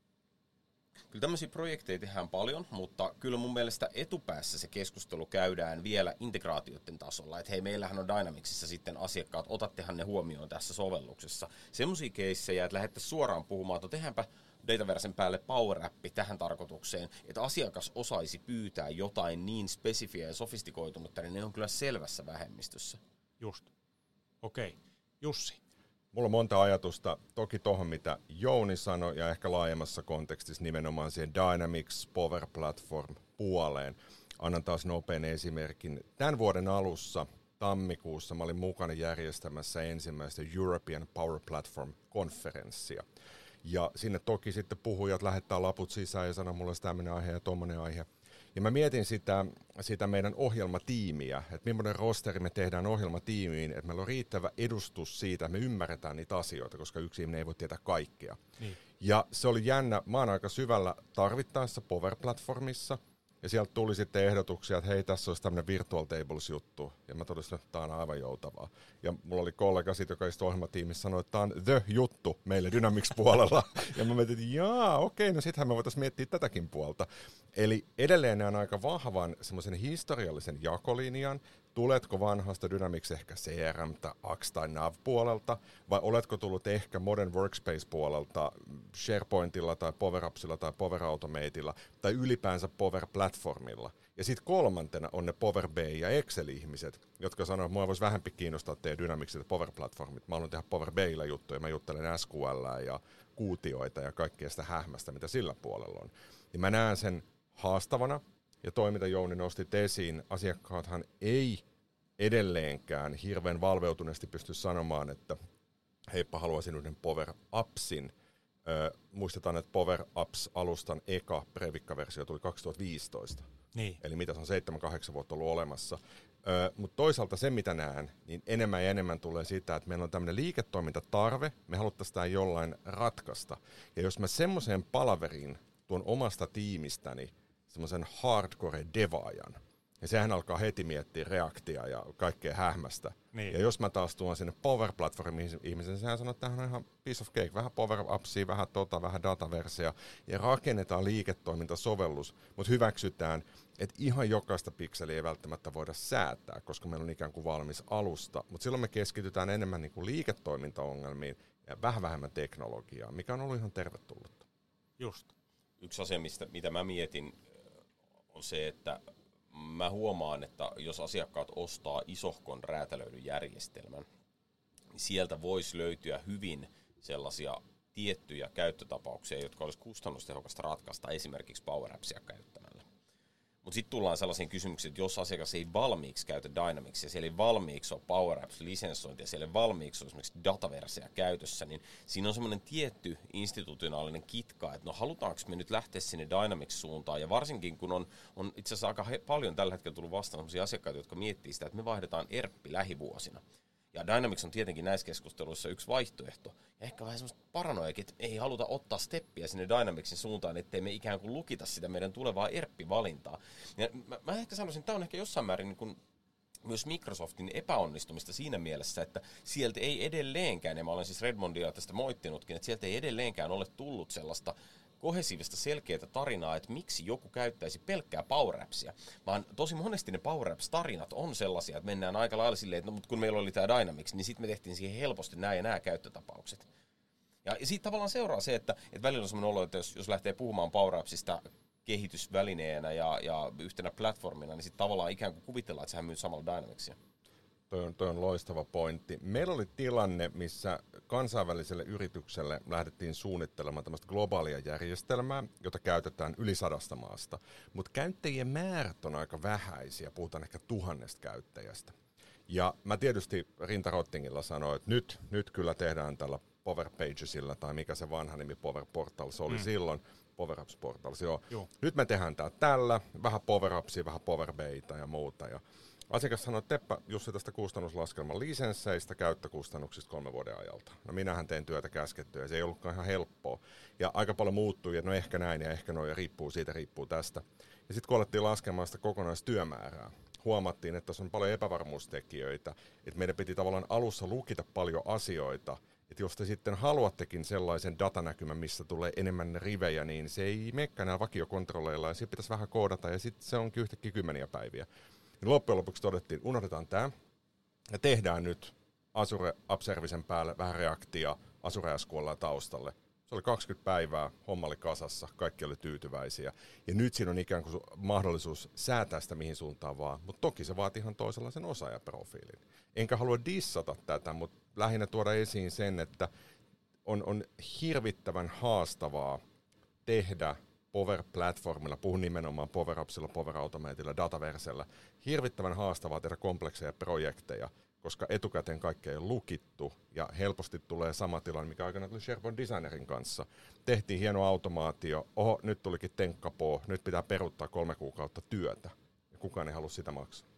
Kyllä tämmöisiä projekteja tehdään paljon, mutta kyllä mun mielestä etupäässä se keskustelu käydään vielä integraatioiden tasolla. Että hei, meillähän on Dynamicsissa sitten asiakkaat, otattehan ne huomioon tässä sovelluksessa. Semmoisia keissejä, että lähdettäisiin suoraan puhumaan, että tehdäänpä Dataversen päälle Power-appi tähän tarkoitukseen, että asiakas osaisi pyytää jotain niin spesifiä ja sofistikoitunutta, niin ne on kyllä selvässä vähemmistössä. Just. Okei. Okay. Jussi. Mulla on monta ajatusta, toki tuohon mitä Jouni sanoi ja ehkä laajemmassa kontekstissa nimenomaan siihen Dynamics Power Platform puoleen. Annan taas nopean esimerkin. Tämän vuoden alussa tammikuussa mä olin mukana järjestämässä ensimmäistä European Power Platform-konferenssia. Ja sinne toki sitten puhujat lähettää laput sisään ja sanoo mulle tämmöinen aihe ja tommoinen aihe. Ja mä mietin sitä, sitä meidän ohjelmatiimiä, että millainen rosteri me tehdään ohjelmatiimiin, että meillä on riittävä edustus siitä, että me ymmärretään niitä asioita, koska yksi ihminen ei voi tietää kaikkea. Niin. Ja se oli jännä, mä oon aika syvällä tarvittaessa Power Platformissa, ja sieltä tuli sitten ehdotuksia, että hei, tässä olisi tämmöinen Virtual Tables-juttu, ja mä totesin, että tämä on aivan joutavaa. Ja mulla oli kollega siitä, joka istui ohjelmatiimissä, sanoi, että tämä on the juttu meille Dynamics-puolella. Ja mä mietin, että jaa, okei, no sittenhän me voitaisiin miettiä tätäkin puolta. Eli edelleen ne on aika vahvan semmoisen historiallisen jakolinjan. Tuletko vanhasta Dynamics ehkä C R M, A X tai Nav-puolelta, vai oletko tullut ehkä Modern Workspace-puolelta SharePointilla tai PowerAppsilla tai Power Automatella tai ylipäänsä Power Platformilla. Ja sitten kolmantena on ne Power B I ja Excel-ihmiset, jotka sanoo, että mua voisi vähempi kiinnostaa teidän Dynamicsit ja Power Platformit. Mä haluan tehdä Power B I:llä juttuja, mä juttelen S Q L ja kuutioita ja kaikkea sitä hähmästä, mitä sillä puolella on. Ja mä näen sen haastavana Ja toi, mitä Jouni nostit esiin, asiakkaathan ei edelleenkään hirveän valveutuneesti pysty sanomaan, että heippa, haluaisin yhden Power Appsin. Ö, muistetaan, että Power Apps-alustan eka Previkka-versio tuli kaksituhattaviisitoista. Niin. Eli mitä se on seitsemän kahdeksan vuotta ollut olemassa. Mutta toisaalta se, mitä näen, niin enemmän ja enemmän tulee siitä, että meillä on tämmöinen liiketoimintatarve, me haluttaisiin sitä jollain ratkaista. Ja jos mä semmoiseen palaveriin tuon omasta tiimistäni semmoisen hardcore-devaajan, ja sehän alkaa heti miettiä reaktia ja kaikkea hähmästä. Niin. Ja jos mä taas tuon sinne Power-platformin ihmisen, sehän sanoo, että tämähän on ihan piece of cake, vähän Power-appsia, vähän tota, vähän dataversia, ja rakennetaan liiketoimintasovellus, mutta hyväksytään, että ihan jokaista pikseliä ei välttämättä voida säätää, koska meillä on ikään kuin valmis alusta, mutta silloin me keskitytään enemmän niin kuin liiketoimintaongelmiin ja vähän vähemmän teknologiaa, mikä on ollut ihan tervetullutta. Just. Yksi asia, mistä, mitä mä mietin, on se, että mä huomaan, että jos asiakkaat ostaa isohkon räätälöidyn järjestelmän, niin sieltä voisi löytyä hyvin sellaisia tiettyjä käyttötapauksia, jotka olisi kustannustehokasta ratkaista esimerkiksi Power Appsia käyttämällä. Mutta sitten tullaan sellaisiin kysymyksiin, että jos asiakas ei valmiiksi käytä Dynamicsia, siellä ei valmiiksi ole Power Apps-lisenssointia, siellä ei valmiiksi ole esimerkiksi dataversia käytössä, niin siinä on semmoinen tietty institutionaalinen kitka, että no halutaanko me nyt lähteä sinne Dynamics-suuntaan, ja varsinkin kun on, on itse asiassa aika he, paljon tällä hetkellä tullut vastaan sellaisia asiakkaita, jotka miettii sitä, että me vaihdetaan E R P lähivuosina. Ja Dynamics on tietenkin näissä keskusteluissa yksi vaihtoehto. Ja ehkä vähän semmoista paranoiakin, että ei haluta ottaa steppiä sinne Dynamicsin suuntaan, ettei me ikään kuin lukita sitä meidän tulevaa E R P-valintaa. Ja mä, mä ehkä sanoisin, että tämä on ehkä jossain määrin niin kuin myös Microsoftin epäonnistumista siinä mielessä, että sieltä ei edelleenkään, ja mä olen siis Redmondia tästä moittinutkin, että sieltä ei edelleenkään ole tullut sellaista kohesiivista selkeää tarinaa, että miksi joku käyttäisi pelkkää Power Appsia, vaan tosi monesti ne Power Apps-tarinat on sellaisia, että mennään aika lailla silleen, että no, mutta kun meillä oli tämä Dynamics, niin sitten me tehtiin siihen helposti nämä ja nämä käyttötapaukset. Ja, ja siitä tavallaan seuraa se, että, että välillä on sellainen olo, että jos, jos lähtee puhumaan Power Appsista kehitysvälineenä ja, ja yhtenä platformina, niin sitten tavallaan ikään kuin kuvitellaan, että sehän myy samalla Dynamicsia. Toi on, toi on loistava pointti. Meillä oli tilanne, missä kansainväliselle yritykselle lähdettiin suunnittelemaan tämmöistä globaalia järjestelmää, jota käytetään yli sadasta maasta. Mutta käyttäjien määrät on aika vähäisiä, puhutaan ehkä tuhannesta käyttäjästä. Ja mä tietysti Rinta Rottingilla sanoin, että nyt, nyt kyllä tehdään tällä Power Pagesilla, tai mikä se vanha nimi Power Portals oli mm. silloin, Power Apps Portals, joo. joo. Nyt me tehdään tää tällä, vähän Power Appsia, vähän Power Bayta ja muuta. Ja asiakas sanoi, että teppä Jussi tästä kustannuslaskelman lisensseistä käyttökustannuksista kolmen vuoden ajalta. No minähän tein työtä käskettyä ja se ei ollutkaan ihan helppoa. Ja aika paljon muuttui, että no ehkä näin ja ehkä noin ja riippuu siitä, riippuu tästä. Ja sitten kun alettiin laskemaan sitä kokonaistyömäärää, huomattiin, että tässä on paljon epävarmuustekijöitä, että meidän piti tavallaan alussa lukita paljon asioita, että jos te sitten haluattekin sellaisen datanäkymän, missä tulee enemmän rivejä, niin se ei menekään enää vakiokontrolleilla ja siitä pitäisi vähän koodata ja sitten se onkin yhtäkkiä kymmeniä päiviä. Niin loppujen lopuksi todettiin, unohdetaan tämä ja tehdään nyt Azure App Servicen päälle vähän reaktia Azure S Q L taustalle. Se oli kaksikymmentä päivää, homma oli kasassa, kaikki oli tyytyväisiä. Ja nyt siinä on ikään kuin mahdollisuus säätää sitä mihin suuntaan vaan, mutta toki se vaatii ihan toisenlaisen osaajaprofiilin. Enkä halua dissata tätä, mutta lähinnä tuoda esiin sen, että on, on hirvittävän haastavaa tehdä Power-platformilla, puhun nimenomaan Power Appsilla, Power Automatella, Dataversellä, hirvittävän haastavaa tehdä komplekseja projekteja, koska etukäteen kaikkea ei lukittu ja helposti tulee sama tilanne, mikä aikana tuli SharePoint Designerin kanssa. Tehtiin hieno automaatio, oho, nyt tulikin tenkkapoo, nyt pitää peruuttaa kolme kuukautta työtä ja kukaan ei halua sitä maksaa.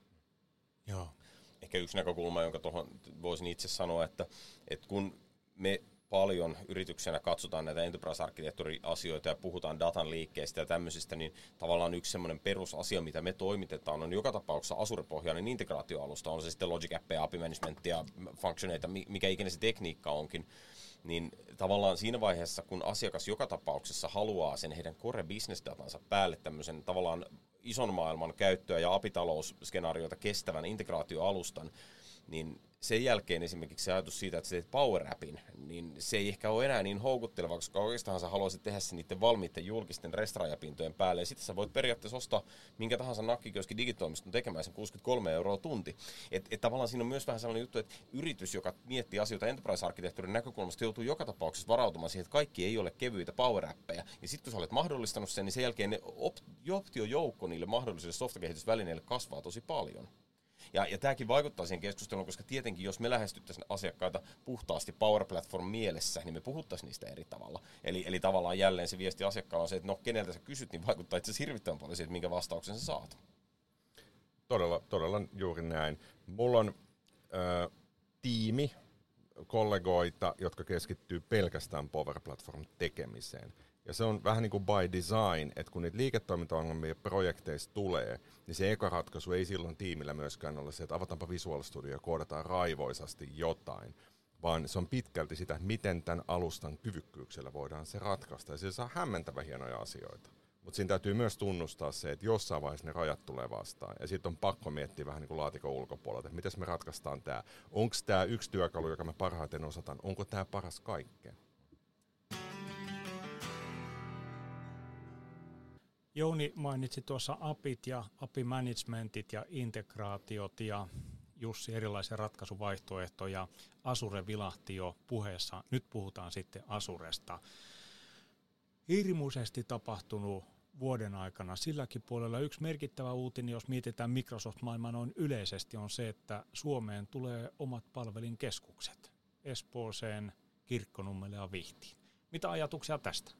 Joo. Ehkä yksi näkökulma, jonka tuohon voisin itse sanoa, että, että kun me paljon yrityksenä katsotaan näitä enterprise-arkkitehtuuri-asioita ja puhutaan datan liikkeistä ja tämmöisistä, niin tavallaan yksi semmoinen perusasia, mitä me toimitetaan, on joka tapauksessa Azure-pohjainen integraatioalusta, on se sitten Logic Appeja, A P I Managementia, functioneita, mikä ikinä se tekniikka onkin, niin tavallaan siinä vaiheessa, kun asiakas joka tapauksessa haluaa sen heidän core business-datansa päälle tämmöisen tavallaan ison maailman käyttöä ja apitalouskenaarioita kestävän integraatioalustan, niin sen jälkeen esimerkiksi se ajatus siitä, että sä teet Power Appin, niin se ei ehkä ole enää niin houkutteleva, koska oikeastaan sä haluaisit tehdä se niiden valmiitten julkisten restraajapintojen päälle, ja sitten sä voit periaatteessa ostaa minkä tahansa nakkikioskin digitoimiston tekemään sen kuusikymmentäkolme euroa tunti. Että et tavallaan siinä on myös vähän sellainen juttu, että yritys, joka miettii asioita enterprise-arkkitehtuurin näkökulmasta, joutuu joka tapauksessa varautumaan siihen, että kaikki ei ole kevyitä Power Appeja. Ja sitten kun sä olet mahdollistanut sen, niin sen jälkeen ne op- optiojoukko niille mahdollisille softakehitysvälineille kasvaa tosi paljon. Ja, ja tämäkin vaikuttaa siihen keskusteluun, koska tietenkin jos me lähestyttäisiin asiakkaita puhtaasti Power Platform mielessä, niin me puhuttaisiin niistä eri tavalla. Eli, eli tavallaan jälleen se viesti asiakkaalla on se, että no keneltä sä kysyt, niin vaikuttaa itse asiassa hirvittävän paljon siitä, minkä vastauksen sä saat. Todella, todella juuri näin. Mulla on ö, tiimi kollegoita, jotka keskittyy pelkästään Power Platform tekemiseen. Ja se on vähän niin kuin by design, että kun niitä liiketoimintaongelmia projekteista tulee, niin se eka ratkaisu ei silloin tiimillä myöskään ole se, että avataanpa Visual Studio ja koodataan raivoisasti jotain, vaan se on pitkälti sitä, että miten tämän alustan kyvykkyyksellä voidaan se ratkaista. Ja se saa hämmentävän hienoja asioita. Mutta siinä täytyy myös tunnustaa se, että jossain vaiheessa ne rajat tulee vastaan. Ja sitten on pakko miettiä vähän niin kuin laatikon ulkopuolelta, että miten me ratkaistaan tämä. Onko tämä yksi työkalu, joka me parhaiten osataan, onko tämä paras kaikkeen? Jouni mainitsi tuossa apit ja apimanagementit ja integraatiot ja Jussi erilaisia ratkaisuvaihtoehtoja. Azure vilahti jo puheessa. Nyt puhutaan sitten Azuresta. Hirmuisesti tapahtunut vuoden aikana. Silläkin puolella yksi merkittävä uutinen, jos mietitään Microsoft-maailmaa noin yleisesti, on se, että Suomeen tulee omat palvelinkeskukset. Espooseen, Kirkkonummelle ja Vihtiin. Mitä ajatuksia tästä?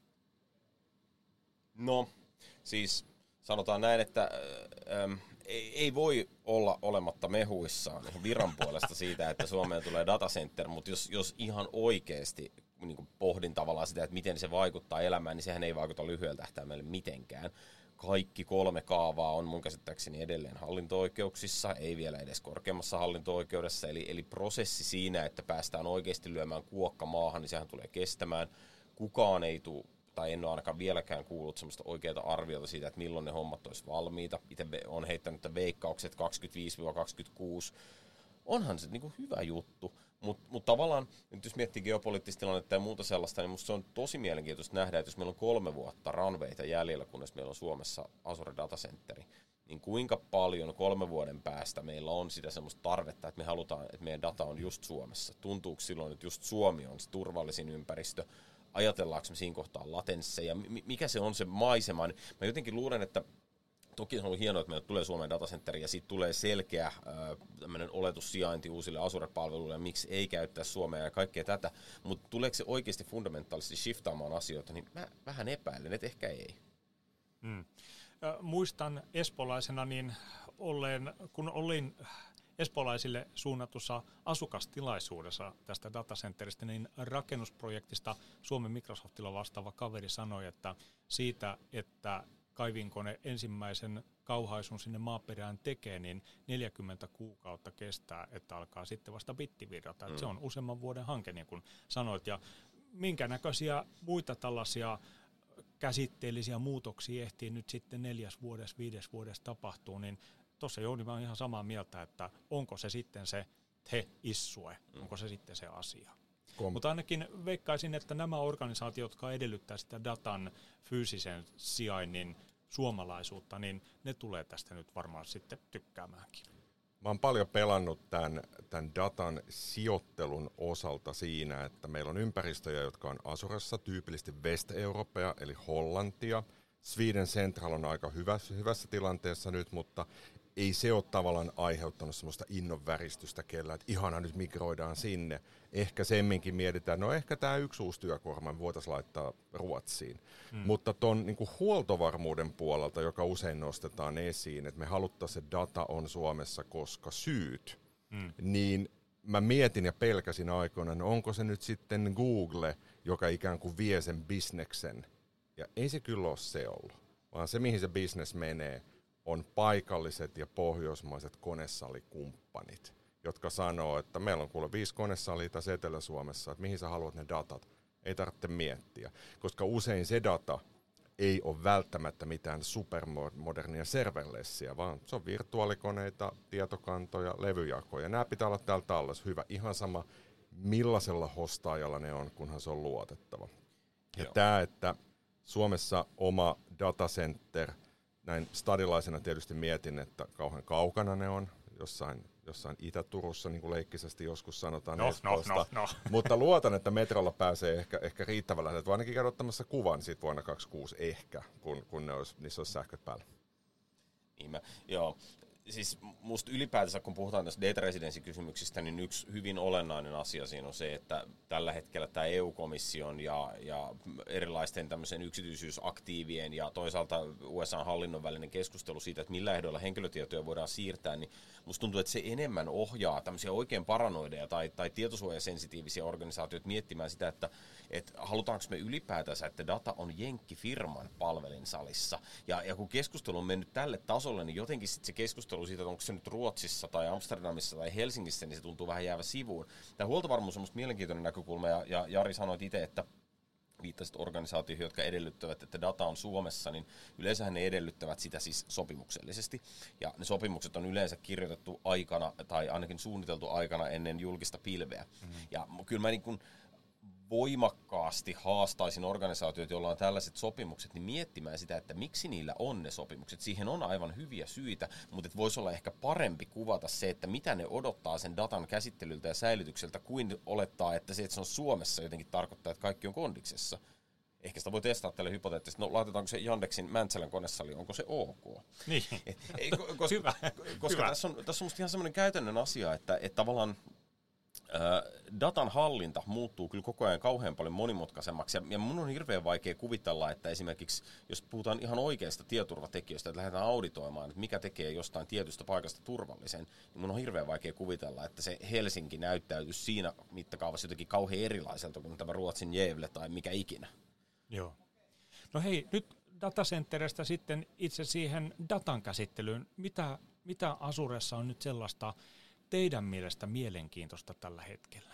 No, siis sanotaan näin, että ähm, ei, ei voi olla olematta mehuissaan viran puolesta siitä, että Suomeen tulee datacenter, mutta jos, jos ihan oikeasti niin kuin pohdin tavallaan sitä, että miten se vaikuttaa elämään, niin sehän ei vaikuta lyhyellä tähtäimellä mitenkään. Kaikki kolme kaavaa on mun käsittääkseni edelleen hallinto-oikeuksissa, ei vielä edes korkeammassa hallinto-oikeudessa, eli, eli prosessi siinä, että päästään oikeasti lyömään kuokka maahan, niin sehän tulee kestämään. Kukaan ei tule, tai en ole ainakaan vieläkään kuullut semmoista oikeaa arviota siitä, että milloin ne hommat olisi valmiita. Itse olen heittänyt veikkaukset kaksikymmentäviisi kaksikymmentäkuusi. Onhan se niinku hyvä juttu, mutta mut tavallaan, nyt jos miettii geopoliittista tilannetta ja muuta sellaista, niin musta se on tosi mielenkiintoista nähdä, että jos meillä on kolme vuotta runwayta jäljellä, kunnes meillä on Suomessa Azure Datacenteri, niin kuinka paljon kolme vuoden päästä meillä on sitä semmoista tarvetta, että me halutaan, että meidän data on just Suomessa. Tuntuuko silloin, että just Suomi on se turvallisin ympäristö? Ajatellaanko me siinä kohtaa latensseja? Mikä se on se maisema? Mä jotenkin luulen, että toki on ollut hienoa, että meille tulee Suomen datacenteri ja siitä tulee selkeä äh, oletussijainti uusille Azure-palveluille ja miksi ei käyttää Suomea ja kaikkea tätä, mutta tuleeko se oikeasti fundamentaalisesti shiftaamaan asioita, niin mä vähän epäilen, että ehkä ei. Hmm. Muistan espoolaisena, niin olleen, kun olin espoolaisille suunnatussa asukastilaisuudessa tästä datacenteristä, niin rakennusprojektista Suomen Microsoftilla vastaava kaveri sanoi, että siitä, että kaivinkone ensimmäisen kauhaisun sinne maaperään tekee, niin neljäkymmentä kuukautta kestää, että alkaa sitten vasta bittivirrata. Mm. Se on useamman vuoden hanke, niin kuin sanoit. Ja minkä näköisiä muita tällaisia käsitteellisiä muutoksia ehtii nyt sitten neljäs vuodessa, viides vuodessa tapahtuu, niin tuossa Jouni, mä oon ihan samaa mieltä, että onko se sitten se te issue, mm. onko se sitten se asia. Kom. Mutta ainakin veikkaisin, että nämä organisaatiot, jotka edellyttää sitä datan fyysisen sijainnin suomalaisuutta, niin ne tulee tästä nyt varmaan sitten tykkäämäänkin. Mä oon paljon pelannut tämän, tämän datan sijoittelun osalta siinä, että meillä on ympäristöjä, jotka on Azuressa, tyypillisesti West-Europea, eli Hollantia. Sweden Central on aika hyvässä, hyvässä tilanteessa nyt, mutta ei se ole tavallaan aiheuttanut semmoista innon väristystä kellä, että ihana nyt migroidaan sinne. Ehkä semminkin mietitään, no ehkä tämä yksi uusi työkuorma voitaisiin laittaa Ruotsiin. Hmm. Mutta tuon niin kuin huoltovarmuuden puolelta, joka usein nostetaan esiin, että me haluttaisiin, että data on Suomessa, koska syyt, hmm. niin mä mietin ja pelkäsin aikoina, no onko se nyt sitten Google, joka ikään kuin vie sen bisneksen. Ja ei se kyllä ole se ollut, vaan se mihin se bisnes menee, on paikalliset ja pohjoismaiset konesalikumppanit, jotka sanoo, että meillä on kuule viisi konesalia tässä Etelä-Suomessa, että mihin sä haluat ne datat. Ei tarvitse miettiä, koska usein se data ei ole välttämättä mitään supermodernia serverlessiä, vaan se on virtuaalikoneita, tietokantoja, levyjakoja. Nämä pitää olla täällä tallessa hyvä. Ihan sama, millaisella hostaajalla ne on, kunhan se on luotettava. Ja tämä, että Suomessa oma datacenter, näin stadilaisena tietysti mietin, että kauhean kaukana ne on, jossain, jossain Itä-Turussa, niin kuin leikkisesti joskus sanotaan no, Espoosta. No, no, no. Mutta luotan, että metrolla pääsee ehkä, ehkä riittävän lähelle. Voi ainakin käydä ottamassa kuvan siitä vuonna kaksikymmentäkuusi ehkä, kun, kun ne olisi, niissä olisi sähköt päällä. Niin mä, joo. Siis musta ylipäätänsä, kun puhutaan tästä data residency-kysymyksistä, niin yksi hyvin olennainen asia siinä on se, että tällä hetkellä tämä E U-komission ja, ja erilaisten tämmöisen yksityisyysaktiivien ja toisaalta U S A-hallinnon välinen keskustelu siitä, että millä ehdoilla henkilötietoja voidaan siirtää, niin musta tuntuu, että se enemmän ohjaa tämmöisiä oikein paranoideja tai, tai tietosuojasensitiivisiä organisaatioita miettimään sitä, että, että halutaanko me ylipäätänsä, että data on jenkkifirman palvelinsalissa. Ja, ja kun keskustelu on mennyt tälle tasolle, niin jotenkin sitten se keskustelu siitä, että onko se nyt Ruotsissa tai Amsterdamissa tai Helsingissä, niin se tuntuu vähän jäävä sivuun. Tämä huoltovarmuus on musta mielenkiintoinen näkökulma, ja, ja Jari sanoit itse, että viittasit organisaatioihin, jotka edellyttävät, että data on Suomessa, niin yleensähän ne edellyttävät sitä siis sopimuksellisesti. Ja ne sopimukset on yleensä kirjoitettu aikana, tai ainakin suunniteltu aikana ennen julkista pilveä. Mm-hmm. Ja kyllä mä niin kuin voimakkaasti haastaisin organisaatioita, joilla on tällaiset sopimukset, niin miettimään sitä, että miksi niillä on ne sopimukset. Siihen on aivan hyviä syitä, mutta voisi olla ehkä parempi kuvata se, että mitä ne odottaa sen datan käsittelyltä ja säilytykseltä, kuin olettaa, että se, että se on Suomessa, jotenkin tarkoittaa, että kaikki on kondiksessa. Ehkä sitä voi testata tälle hypoteettisesti, no laitetaanko se Yandexin Mäntsälän konesali, onko se ok? Niin, Et, ei, koska hyvä. koska hyvä. Tässä, on, tässä on musta ihan semmoinen käytännön asia, että, että tavallaan datan hallinta muuttuu kyllä koko ajan kauhean paljon monimutkaisemmaksi, ja, ja mun on hirveän vaikea kuvitella, että esimerkiksi, jos puhutaan ihan oikeista tietoturvatekijöistä, että lähdetään auditoimaan, että mikä tekee jostain tietystä paikasta turvallisen, niin mun on hirveän vaikea kuvitella, että se Helsinki näyttäytyisi siinä mittakaavassa jotenkin kauhean erilaiselta kuin tämä Ruotsin Gävle tai mikä ikinä. Joo. No hei, nyt datacenteristä sitten itse siihen datan käsittelyyn. Mitä, mitä Azuressa on nyt sellaista teidän mielestä mielenkiintoista tällä hetkellä?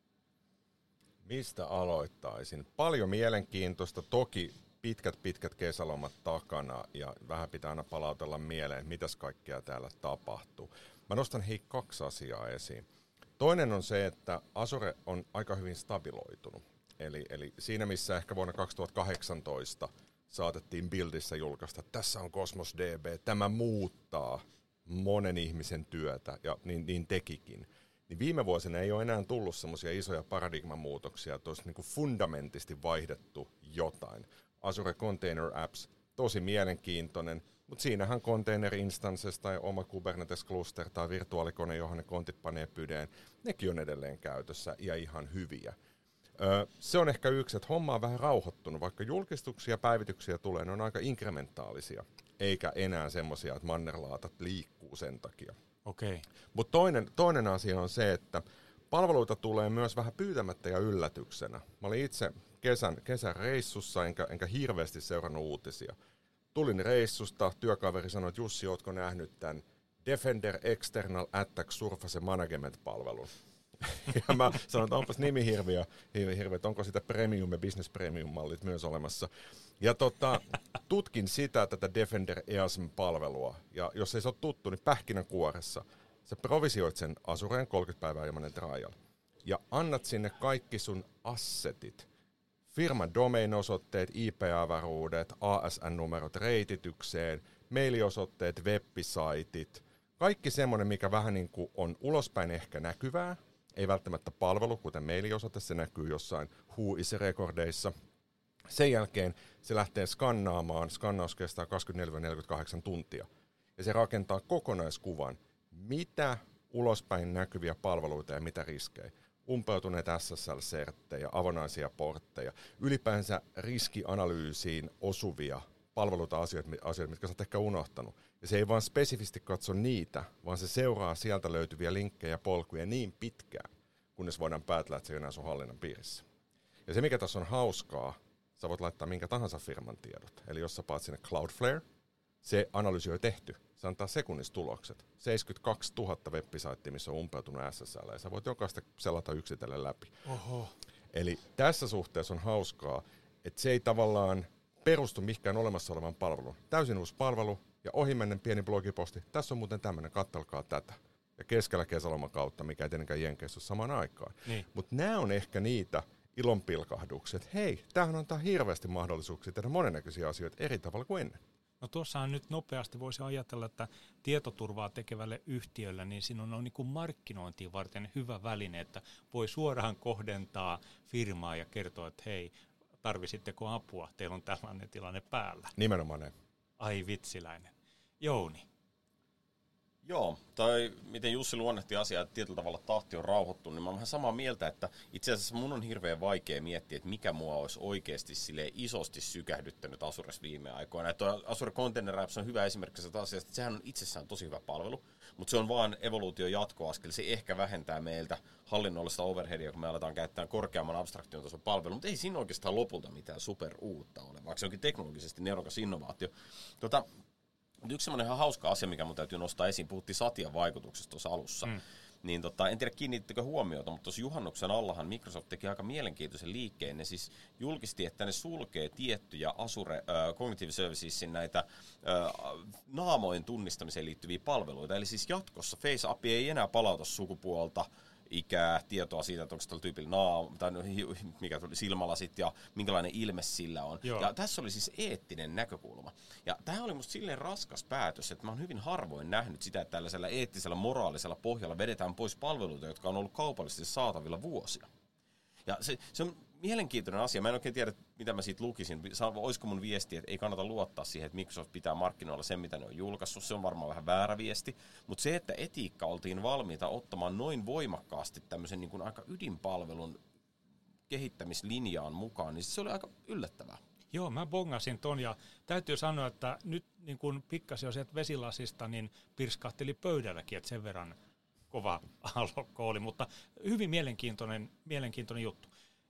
Mistä aloittaisin? Paljon mielenkiintoista, toki pitkät pitkät kesälomat takana ja vähän pitää aina palautella mieleen, mitäs kaikkea täällä tapahtuu. Mä nostan hei kaksi asiaa esiin. Toinen on se, että Azure on aika hyvin stabiloitunut. Eli, eli siinä missä ehkä vuonna kaksituhattakahdeksantoista saatettiin Buildissä julkaista, että tässä on Cosmos D B, tämä muuttaa monen ihmisen työtä, ja niin, niin tekikin. Niin viime vuosina ei ole enää tullut semmoisia isoja paradigmamuutoksia, että olisi niin kuin fundamentisti vaihdettu jotain. Azure Container Apps, tosi mielenkiintoinen, mutta siinähän container instances tai oma Kubernetes cluster tai virtuaalikone, johon ne kontit panee pydeen, nekin on edelleen käytössä ja ihan hyviä. Öö, se on ehkä yksi, että homma on vähän rauhoittunut, vaikka julkistuksia ja päivityksiä tulee, ne on aika inkrementaalisia, eikä enää semmoisia, että mannerlaatat liikkuu sen takia. Okei. Mutta toinen, toinen asia on se, että palveluita tulee myös vähän pyytämättä ja yllätyksenä. Mä olin itse kesän, kesän reissussa, enkä, enkä hirveästi seurannut uutisia. Tulin reissusta, työkaveri sanoi, että Jussi, ootko nähnyt tämän Defender External Attack Surface Management-palvelun? Ja mä sanoin, että onpas nimi hirviö, hirviö, että onko sitä premium ja business premium mallit myös olemassa. Ja tota, tutkin sitä, tätä Defender E A S M-palvelua, ja jos ei se ole tuttu, niin pähkinänkuoressa. Sä provisioit sen Azureen kolmekymmentä päivää ilmanen trial, ja annat sinne kaikki sun assetit. Firman domain-osoitteet, I P-avaruudet, A S N-numerot reititykseen, mailiosoitteet, web-saitit, kaikki semmoinen, mikä vähän niin kuin on ulospäin ehkä näkyvää, ei välttämättä palvelu, kuten mailiosoite, se näkyy jossain Who is-rekordeissa. Sen jälkeen se lähtee skannaamaan, skannaus kestää kaksikymmentäneljä neljäkymmentäkahdeksan tuntia, ja se rakentaa kokonaiskuvan, mitä ulospäin näkyviä palveluita ja mitä riskejä. Umpeutuneet S S L-serttejä, avonaisia portteja, ylipäänsä riskianalyysiin osuvia palveluita, asioita, asioita, mitkä sä oot ehkä unohtanut. Ja se ei vaan spesifisti katso niitä, vaan se seuraa sieltä löytyviä linkkejä ja polkuja niin pitkään, kunnes voidaan päätellä, että se ei enää sun hallinnan piirissä. Ja se, mikä tässä on hauskaa, sä voit laittaa minkä tahansa firman tiedot. Eli jos sä paat sinne Cloudflare, se analyysi on tehty. Se antaa sekunnissa tulokset. seitsemänkymmentäkaksituhatta web-saittia, missä on umpeutunut S S L, ja sä voit jokaista selata yksitellen läpi. Oho. Eli tässä suhteessa on hauskaa, että se ei tavallaan perustu mihinkään olemassa olevan palveluun. Täysin uusi palvelu ja ohimennen pieni blogiposti. Tässä on muuten tämmöinen, kattelkaa tätä. Ja keskellä kesäloman kautta, mikä ei tietenkään Jenkeissä ole samaan aikaan. Niin. Mutta nämä on ehkä niitä ilonpilkahduksia, että hei, tämähän antaa hirveästi mahdollisuuksia tehdä monennäköisiä asioita eri tavalla kuin ennen. No tuossahan nyt nopeasti voisi ajatella, että tietoturvaa tekevälle yhtiölle, niin siinä on niin kuin markkinointiin varten hyvä väline, että voi suoraan kohdentaa firmaa ja kertoa, että hei, tarvisitteko apua, teillä on tällainen tilanne päällä. Nimenomaan näin. Ai vitsiläinen. Jouni. Joo, tai miten Jussi luonnehti asiaa, että tietyllä tavalla tahti on rauhoittu, niin mä oon vähän samaa mieltä, että itse asiassa mun on hirveän vaikea miettiä, että mikä mua olisi oikeasti silleen isosti sykähdyttänyt Azures viime aikoina. Että Azure Container Apps on hyvä esimerkki siitä asiasta, että sehän on itsessään tosi hyvä palvelu, mutta se on vaan evoluution jatkoaskel. Se ehkä vähentää meiltä hallinnollista overheadia, kun me aletaan käyttää korkeamman abstraktion tason palvelun, mutta ei siinä oikeastaan lopulta mitään super uutta ole, vaikka se onkin teknologisesti nerokas innovaatio. Tota, Yksi semmoinen ihan hauska asia, mikä mun täytyy nostaa esiin, puhuttiin Satyan vaikutuksesta tuossa alussa. Mm. Niin tota, en tiedä kiinnittikö huomiota, mutta tuossa juhannuksen allahan Microsoft teki aika mielenkiintoisen liikkeen. Ne siis julkisti, että ne sulkee tiettyjä Azure äh, Cognitive Servicesin näitä äh, naamojen tunnistamiseen liittyviä palveluita. Eli siis jatkossa FaceApp ei enää palauta sukupuolta, ikää, tietoa siitä, että onko tällä tyypillä naama, tai mikä tuli silmälasit ja minkälainen ilme sillä on. Joo. Ja tässä oli siis eettinen näkökulma. Ja tämä oli musta silleen raskas päätös, että mä oon hyvin harvoin nähnyt sitä, että tällaisella eettisellä, moraalisella pohjalla vedetään pois palveluita, jotka on ollut kaupallisesti saatavilla vuosia. Ja se, se on mielenkiintoinen asia. Mä en oikein tiedä, mitä mä siitä lukisin. Olisiko mun viesti, että ei kannata luottaa siihen, että Microsoft pitää markkinoilla sen, mitä ne on julkaissut. Se on varmaan vähän väärä viesti. Mutta se, että etiikka oltiin valmiita ottamaan noin voimakkaasti tämmöisen niin kuin aika ydinpalvelun kehittämislinjaan mukaan, niin se oli aika yllättävää. Joo, mä bongasin ton ja täytyy sanoa, että nyt niin kun pikkasen jo sieltä vesilasista, niin pirskahteli pöydälläkin, että sen verran kova alokko oli, mutta hyvin mielenkiintoinen, mielenkiintoinen juttu.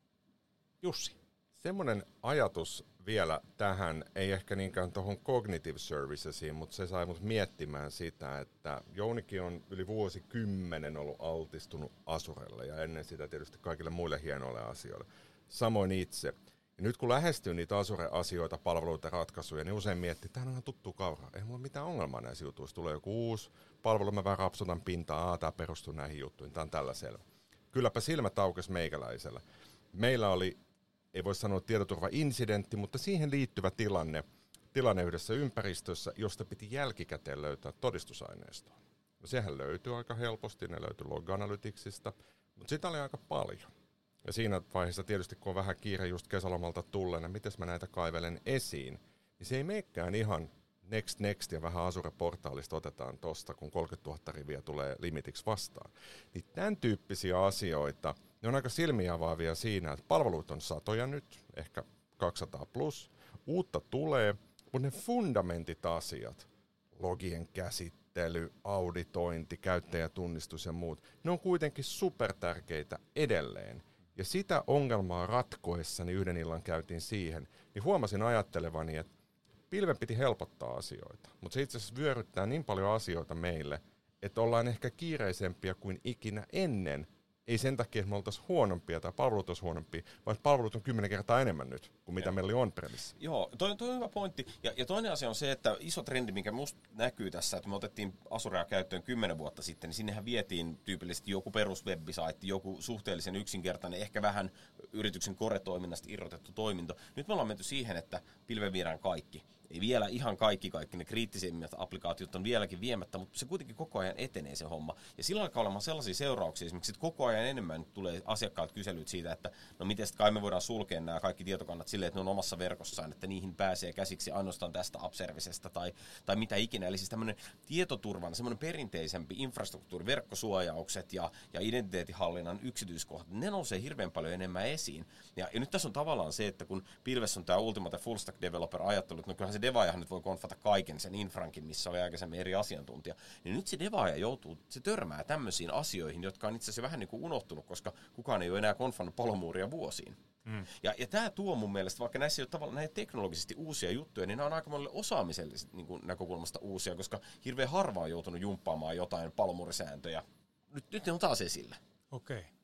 Jussi. Semmoinen ajatus vielä tähän, ei ehkä niinkään tuohon cognitive servicesiin, mutta se sai mut miettimään sitä, että Jounikin on yli vuosikymmenen ollut altistunut Azurelle ja ennen sitä tietysti kaikille muille hienoille asioille. Samoin itse. Ja nyt kun lähestyy niitä Azure-asioita, palveluita, ratkaisuja, niin usein miettii, että tämähän on ihan tuttu kauraa. Ei mulla mitään ongelmaa näissä jutuissa. Tulee joku uusi palvelu, mä vähän rapsutan pintaa, aa, tämä perustuu näihin juttuihin, tämä on tällä selvä. Kylläpä silmät aukesi meikäläisellä. Meillä oli, ei voi sanoa tietoturva-incidentti, mutta siihen liittyvä tilanne, tilanne yhdessä ympäristössä, josta piti jälkikäteen löytää todistusaineistoa. No sehän löytyy aika helposti, ne löytyi Log Analyticsista, mutta sitä oli aika paljon. Ja siinä vaiheessa tietysti, kun on vähän kiire just kesälomalta tulleena, miten mä näitä kaivelen esiin, niin se ei meekään ihan next next ja vähän Azure-portaalista otetaan tosta, kun kolmekymmentätuhatta riviä tulee limitiksi vastaan. Niin tämän tyyppisiä asioita, ne on aika silmiä avaavia siinä, että palveluita on satoja nyt, ehkä kaksisataa plus, uutta tulee, mutta ne fundamentit asiat, logien käsittely, auditointi, käyttäjätunnistus ja muut, ne on kuitenkin supertärkeitä edelleen. Ja sitä ongelmaa ratkoessani yhden illan käytiin siihen, niin huomasin ajattelevani, että pilven piti helpottaa asioita, mutta se itse asiassa vyöryttää niin paljon asioita meille, että ollaan ehkä kiireisempiä kuin ikinä ennen. Ei sen takia, että me oltaisiin huonompia tai palvelut olisi huonompia, vaan palvelut on kymmenen kertaa enemmän nyt kuin mitä ja. meillä oli on-premissa. Joo, toi, toi on hyvä pointti. Ja, ja toinen asia on se, että iso trendi, mikä musta näkyy tässä, että me otettiin Azurea käyttöön kymmenen vuotta sitten, niin sinnehän vietiin tyypillisesti joku peruswebisaitti, joku suhteellisen yksinkertainen, ehkä vähän yrityksen core-toiminnasta irrotettu toiminto. Nyt me ollaan menty siihen, että pilven viedään kaikki. Ei vielä ihan kaikki, kaikki ne kriittisimmät applikaatiot on vieläkin viemättä, mutta se kuitenkin koko ajan etenee se homma. Ja sillä alkaa olemaan sellaisia seurauksia, esimerkiksi että koko ajan enemmän tulee asiakkaat kyselyt siitä, että no miten kai me voidaan sulkea nämä kaikki tietokannat silleen, että ne on omassa verkossaan, että niihin pääsee käsiksi ainoastaan tästä app-servicestä tai, tai mitä ikinä. Eli siis tämmöinen tietoturvan, semmoinen perinteisempi infrastruktuuri, verkkosuojaukset ja, ja identiteetihallinnan yksityiskohdat, ne nousee hirveän paljon enemmän esiin. Ja, ja nyt tässä on tavallaan se, että kun pilvessä on tämä Ultimate Full Stack Developer ajattelu, että no kyllähän se devaajahan nyt voi konfata kaiken sen infrankin, missä oli aikaisemmin eri asiantuntija, niin nyt se devaaja joutuu, se törmää tämmöisiin asioihin, jotka on itse asiassa vähän niin kuin unohtunut, koska kukaan ei ole enää konfannut palomuuria vuosiin. Mm. Ja, ja tämä tuo mun mielestä, vaikka näissä ei ole tavallaan näitä teknologisesti uusia juttuja, niin nämä on aika monelle osaamisellisesta niin kuin näkökulmasta uusia, koska hirveän harva on joutunut jumppaamaan jotain palomuurisääntöjä. Nyt, nyt ne on taas esillä. Okei.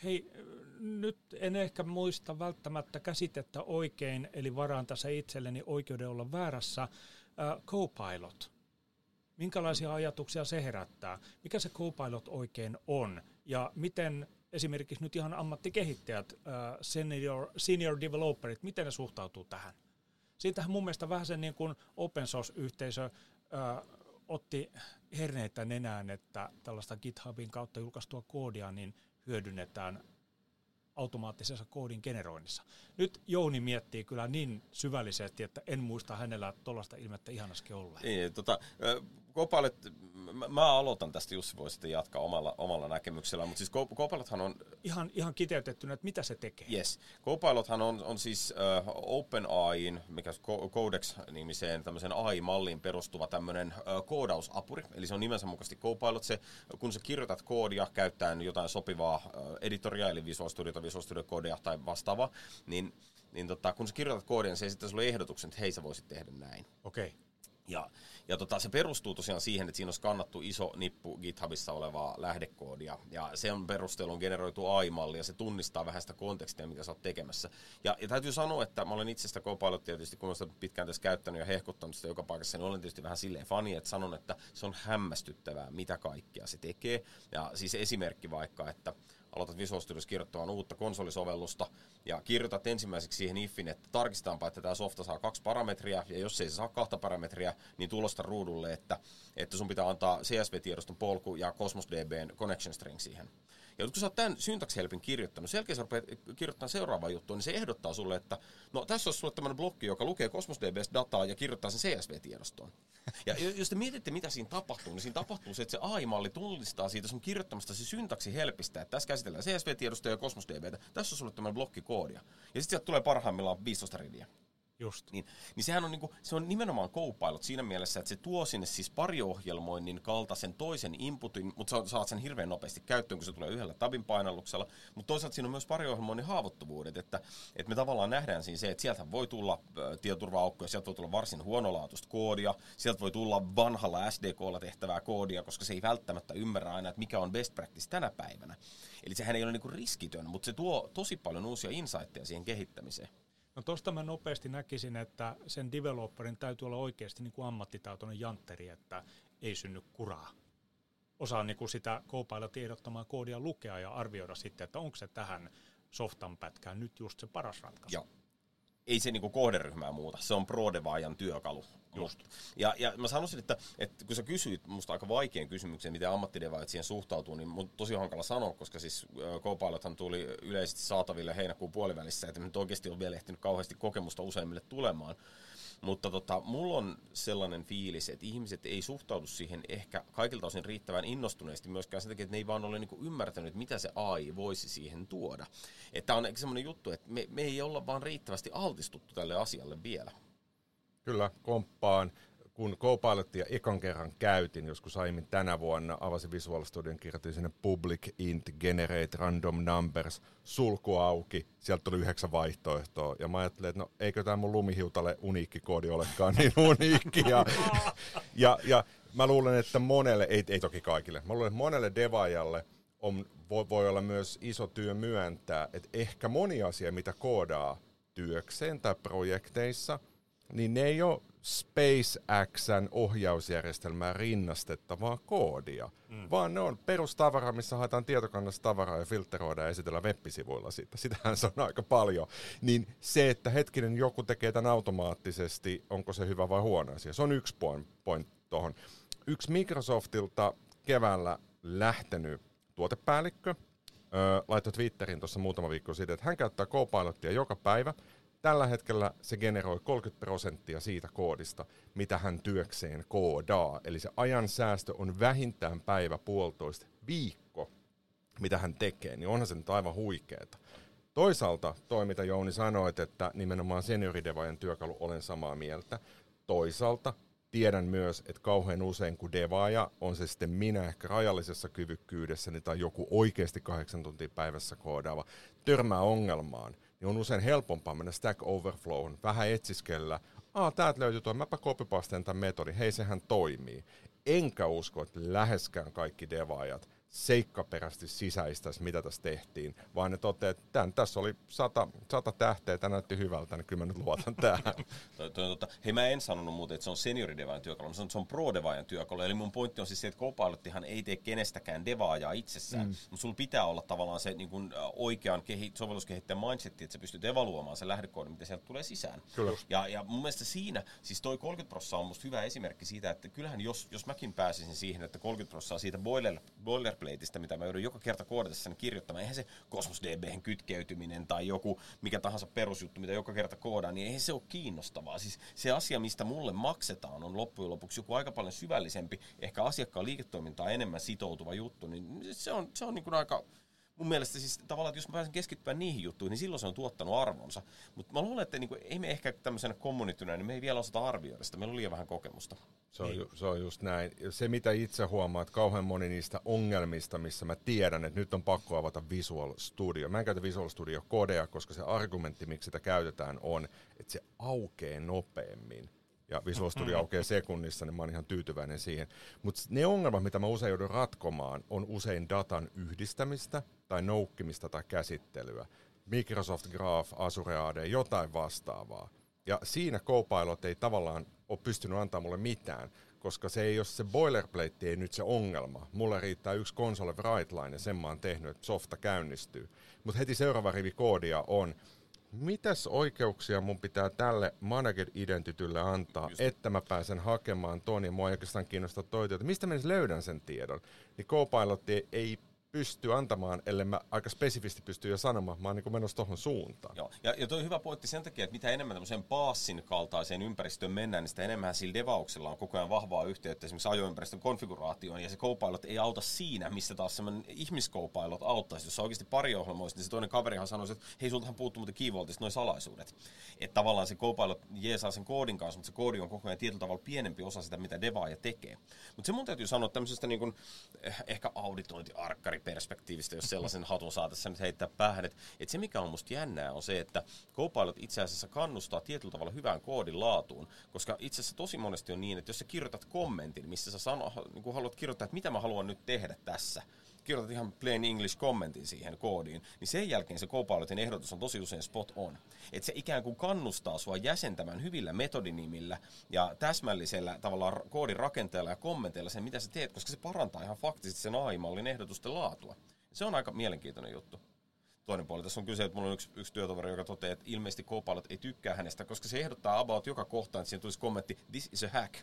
Hei, nyt en ehkä muista välttämättä käsitettä oikein, eli varaan tässä itselleni oikeuden olla väärässä. Uh, Copilot. Minkälaisia ajatuksia se herättää? Mikä se Copilot oikein on? Ja miten esimerkiksi nyt ihan ammattikehittäjät, uh, senior, senior developerit, miten ne suhtautuu tähän? Siitähän mun mielestä vähän sen niin kuin open source-yhteisö uh, otti herneitä nenään, että tällaista GitHubin kautta julkaistua koodia niin hyödynnetään automaattisessa koodin generoinnissa. Nyt Jouni miettii kyllä niin syvällisesti, että en muista hänellä tuollaista ilmettä ihanaskin olleen. Niin, tota, Copilot, mä, mä aloitan tästä, Jussi voi sitten jatkaa omalla, omalla näkemyksellä, mutta siis Copilothan on... Ihan, ihan kiteytettynä, että mitä se tekee? Yes. Copilothan on, on siis uh, OpenAIin, mikä Codex-nimiseen tämmöiseen A I-malliin perustuva tämmöinen uh, koodausapuri, eli se on nimensä mukaisesti Copilot. Se, kun sä kirjoitat koodia käyttäen jotain sopivaa uh, editoria, eli Visual Studiota, Visual Studio Codea tai vastaavaa, niin, niin tota, kun sä kirjoitat koodia, niin se esittää sulle ehdotuksen, että hei, sä voisit tehdä näin. Okei. Okay. Ja, ja tota, se perustuu tosiaan siihen, että siinä on skannattu iso nippu GitHubissa olevaa lähdekoodia, ja sen perusteella on generoitu A I-malli, ja se tunnistaa vähän sitä kontekstia, mitä sä oot tekemässä. Ja, ja täytyy sanoa, että mä olen itse sitä Copilotia tietysti, kun mä sitä pitkään tässä käyttänyt ja hehkuttanut sitä joka paikassa, niin olen tietysti vähän silleen fani, että sanon, että se on hämmästyttävää, mitä kaikkea se tekee. Ja siis esimerkki vaikka, että aloitat Visual Studiossa kirjoittamaan uutta konsolisovellusta ja kirjoitat ensimmäiseksi siihen ifin, että tarkistetaanpa, että tämä softa saa kaksi parametria, ja jos ei se saa kahta parametria, niin tulosta ruudulle, että, että sun pitää antaa C S V-tiedoston polku ja Cosmos D B:n connection string siihen. Ja kun sä oot tämän syntax-helpin kirjoittanut, sen jälkeen sä rupeat kirjoittamaan seuraavaa juttua, niin se ehdottaa sulle, että no tässä olisi sulle tämmöinen blokki, joka lukee Cosmos D B:stä dataa ja kirjoittaa sen C S V-tiedostoon. Ja jos te mietitte, mitä siinä tapahtuu, niin siinä tapahtuu se, että se A I-malli tunnistaa siitä sun kirjoittamasta se syntaksi-helpistä, että tässä käsitellään C S V-tiedostoa ja Cosmos D B:tä, tässä on sulle tämmöinen blokki koodia. Ja sitten sieltä tulee parhaimmillaan viisitoista riviä. Just. Niin, niin sehän on, niinku, se on nimenomaan Copilot siinä mielessä, että se tuo sinne siis pariohjelmoinnin kaltaisen toisen inputin, mutta sä saat sen hirveän nopeasti käyttöön, kun se tulee yhdellä tabin painalluksella. Mutta toisaalta siinä on myös pariohjelmoinnin haavoittuvuudet, että, että me tavallaan nähdään siinä se, että sieltä voi tulla ä, tietoturva-aukkoja, sieltä voi tulla varsin huonolaatuista koodia, sieltä voi tulla vanhalla S D K:lla tehtävää koodia, koska se ei välttämättä ymmärrä aina, että mikä on best practice tänä päivänä. Eli sehän ei ole niinku riskitön, mutta se tuo tosi paljon uusia insightteja siihen kehittämiseen. No tosta mä nopeasti näkisin, että sen developerin täytyy olla oikeasti niin kuin ammattitaitoinen jantteri, että ei synny kuraa. Osaa niin kuin sitä Copilotin ehdottamaa koodia lukea ja arvioida sitten, että onko se tähän softan pätkään nyt just se paras ratkaisu. Joo. Ei se niinku kohderyhmää muuta, se on pro-devaajan työkalu. Just. Ja, ja mä sanoisin, että, että kun sä kysyit musta aika vaikean kysymyksen, miten ammattidevaajat siihen suhtautuu, niin mun tosi hankala sanoa, koska siis Copilothan tuli yleisesti saataville heinäkuun puolivälissä, että nyt oikeasti on vielä ehtinyt kauheasti kokemusta useimmille tulemaan. Mutta tota, mulla on sellainen fiilis, että ihmiset ei suhtaudu siihen ehkä kaikilta osin riittävän innostuneesti myöskään sen takia, että ne ei vaan ole niinku ymmärtänyt, mitä se A I voisi siihen tuoda. Että on semmoinen juttu, että me, me ei olla vaan riittävästi altistuttu tälle asialle vielä. Kyllä, komppaan. Kun Copilotia ekan kerran käytin, joskus aiemmin tänä vuonna, avasin Visual Studion, kirjoitin sinne public int generate random numbers, sulku auki, sieltä tuli yhdeksän vaihtoehtoa, ja mä ajattelin, että no eikö tämä mun lumihiutalle uniikki koodi olekaan niin uniikki, ja, ja, ja mä luulen, että monelle, ei, ei toki kaikille, mä luulen, että monelle devaajalle on, voi, voi olla myös iso työ myöntää, että ehkä moni asia, mitä koodaa työkseen tai projekteissa, niin ne ei ole SpaceXn ohjausjärjestelmään rinnastettavaa koodia, mm. vaan ne on perustavaraa, missä haetaan tietokannasta tavaraa ja filteroidaan ja esitellään web-sivuilla siitä. Sitähän se on aika paljon. Niin se, että hetkinen joku tekee tämän automaattisesti, onko se hyvä vai huono asia, se on yksi point, point tuohon. Yksi Microsoftilta keväällä lähtenyt tuotepäällikkö öö, laittoi Twitteriin tuossa muutama viikko sitten, että hän käyttää Copilotia joka päivä. Tällä hetkellä se generoi kolmekymmentä prosenttia siitä koodista, mitä hän työkseen koodaa. Eli se ajan säästö on vähintään päivä puolitoista viikko, mitä hän tekee. Niin onhan se nyt aivan huikeeta. Toisaalta toi, mitä Jouni sanoit, että nimenomaan senioridevaajan työkalu, olen samaa mieltä. Toisaalta tiedän myös, että kauhean usein kun devaaja, on se sitten minä ehkä rajallisessa kyvykkyydessäni tai joku oikeasti kahdeksan tuntia päivässä koodaava, törmää ongelmaan, niin on usein helpompaa mennä Stack Overflowhun, vähän etsiskellä, aa täältä löytyy tuo, mäpä copypasteen tämän metodin, hei sehän toimii. Enkä usko, että läheskään kaikki devaajat seikkaperäisesti sisäistäisi, mitä tässä tehtiin, vaan ne toteaa, että tämän, tässä oli sata, sata tähteä, tämä näytti hyvältä, niin kyllä mä nyt luotan tähän. toi, toi, toi, hei, mä en sanonut muuten, että se on seniori-devaajan työkalu, mä sanon, että se on pro-devaajan työkalu, eli mun pointti on siis se, että Copilottihan ei tee kenestäkään devaajaa itsessään, mm. mutta sulla pitää olla tavallaan se niin kuin, oikean kehi- sovelluskehittäjän mindsetti, että sä pystyt evaluoimaan sen lähdekoodin, mitä sieltä tulee sisään. Kyllä. Ja, ja mun mielestä siinä, siis toi kolmekymmentä prosenttia on musta hyvä esimerkki siitä, että kyllähän jos, jos mäkin pääsisin siihen, että kolmekymmentä prosenttia siitä boiler, boilerplateista, mitä mä joudun joka kerta koodatessani kirjoittamaan, eihän se Cosmos D B:hen kytkeytyminen tai joku mikä tahansa perusjuttu, mitä joka kerta koodaan, niin eihän se ole kiinnostavaa. Siis se asia, mistä mulle maksetaan, on loppujen lopuksi joku aika paljon syvällisempi, ehkä asiakkaan liiketoimintaa enemmän sitoutuva juttu, niin se on, se on niin kuin aika... Mun mielestä siis tavallaan, että jos mä pääsen keskittymään niihin juttuihin, niin silloin se on tuottanut arvonsa. Mutta mä luulen, että niinku, ei me ehkä tämmöisenä communityna, niin me ei vielä osata arvioida sitä. Meillä on liian vähän kokemusta. Se on, ju, se on just näin. Se, mitä itse huomaa, että kauhean moni niistä ongelmista, missä mä tiedän, että nyt on pakko avata Visual Studio. Mä en käytä Visual Studio kodea, koska se argumentti, miksi sitä käytetään, on, että se aukeaa nopeammin. Ja Visual Studio aukeaa sekunnissa, niin mä oon ihan tyytyväinen siihen. Mutta ne ongelmat, mitä mä usein joudun ratkomaan, on usein datan yhdistämistä tai noukkimista tai käsittelyä. Microsoft Graph, Azure A D, jotain vastaavaa. Ja siinä Copilot ei tavallaan ole pystynyt antaa mulle mitään, koska se ei ole se boilerplate, ei nyt se ongelma. Mulle riittää yksi console write line ja sen mä oon tehnyt, että softa käynnistyy. Mutta heti seuraava rivi koodia on, mitäs oikeuksia mun pitää tälle Managed Identitylle antaa, just, että mä pääsen hakemaan ton, ja mua ei oikeastaan kiinnostaa toi tieto. Mistä mä edes löydän sen tiedon? Niin Copilot ei pysty antamaan, ellei mä aika spesifisti pysty jo sanomaan, mä oon niin menossa tohon suuntaan. Joo, ja, ja toi on hyvä pointti sen takia, että mitä enemmän tämmöiseen paassin kaltaiseen ympäristöön mennään, niin sitä enemmän sillä devauksella on koko ajan vahvaa yhteyttä esimerkiksi ajoympäristön konfiguraatioon, ja se Copilot ei auta siinä, missä taas semmoinen ihmis-Copilot auttaisi. Jos oikeasti pari ohjelmoista, niin se toinen kaverihan sanoisi, että hei, sultahan puuttuu muuten key vaultista noi salaisuudet. Että tavallaan se Copilot jeesaa sen koodin kanssa, mutta se koodi on koko ajan tietyllä tavalla pienempi osa sitä, mitä devaaja tekee. Mutta se mun täytyy sanoa tämmöisestä niin kuin, ehkä auditointiarkkari perspektiivistä, jos sellaisen hatun saa tässä nyt heittää päähän. Että et se, mikä on musta jännää, on se, että Copilot itse asiassa kannustaa tietyllä tavalla hyvään koodin laatuun, koska itse asiassa tosi monesti on niin, että jos sä kirjoitat kommentin, missä sä sano, niin kun haluat kirjoittaa, että mitä mä haluan nyt tehdä tässä, kirjoitat ihan plain English kommentin siihen koodiin, niin sen jälkeen se Copilotin ehdotus on tosi usein spot on. Että se ikään kuin kannustaa sua jäsentämään hyvillä metodinimillä ja täsmällisellä tavallaan koodin rakenteella ja kommenteilla sen, mitä sä teet, koska se parantaa ihan faktisesti sen A I-mallin ehdotusten laatua. Se on aika mielenkiintoinen juttu. Toinen puoli tässä on kyse, että mulla on yksi, yksi työtoveri, joka toteaa, että ilmeisesti Copilot ei tykkää hänestä, koska se ehdottaa about joka kohtaan, että siihen tulisi kommentti, this is a hack.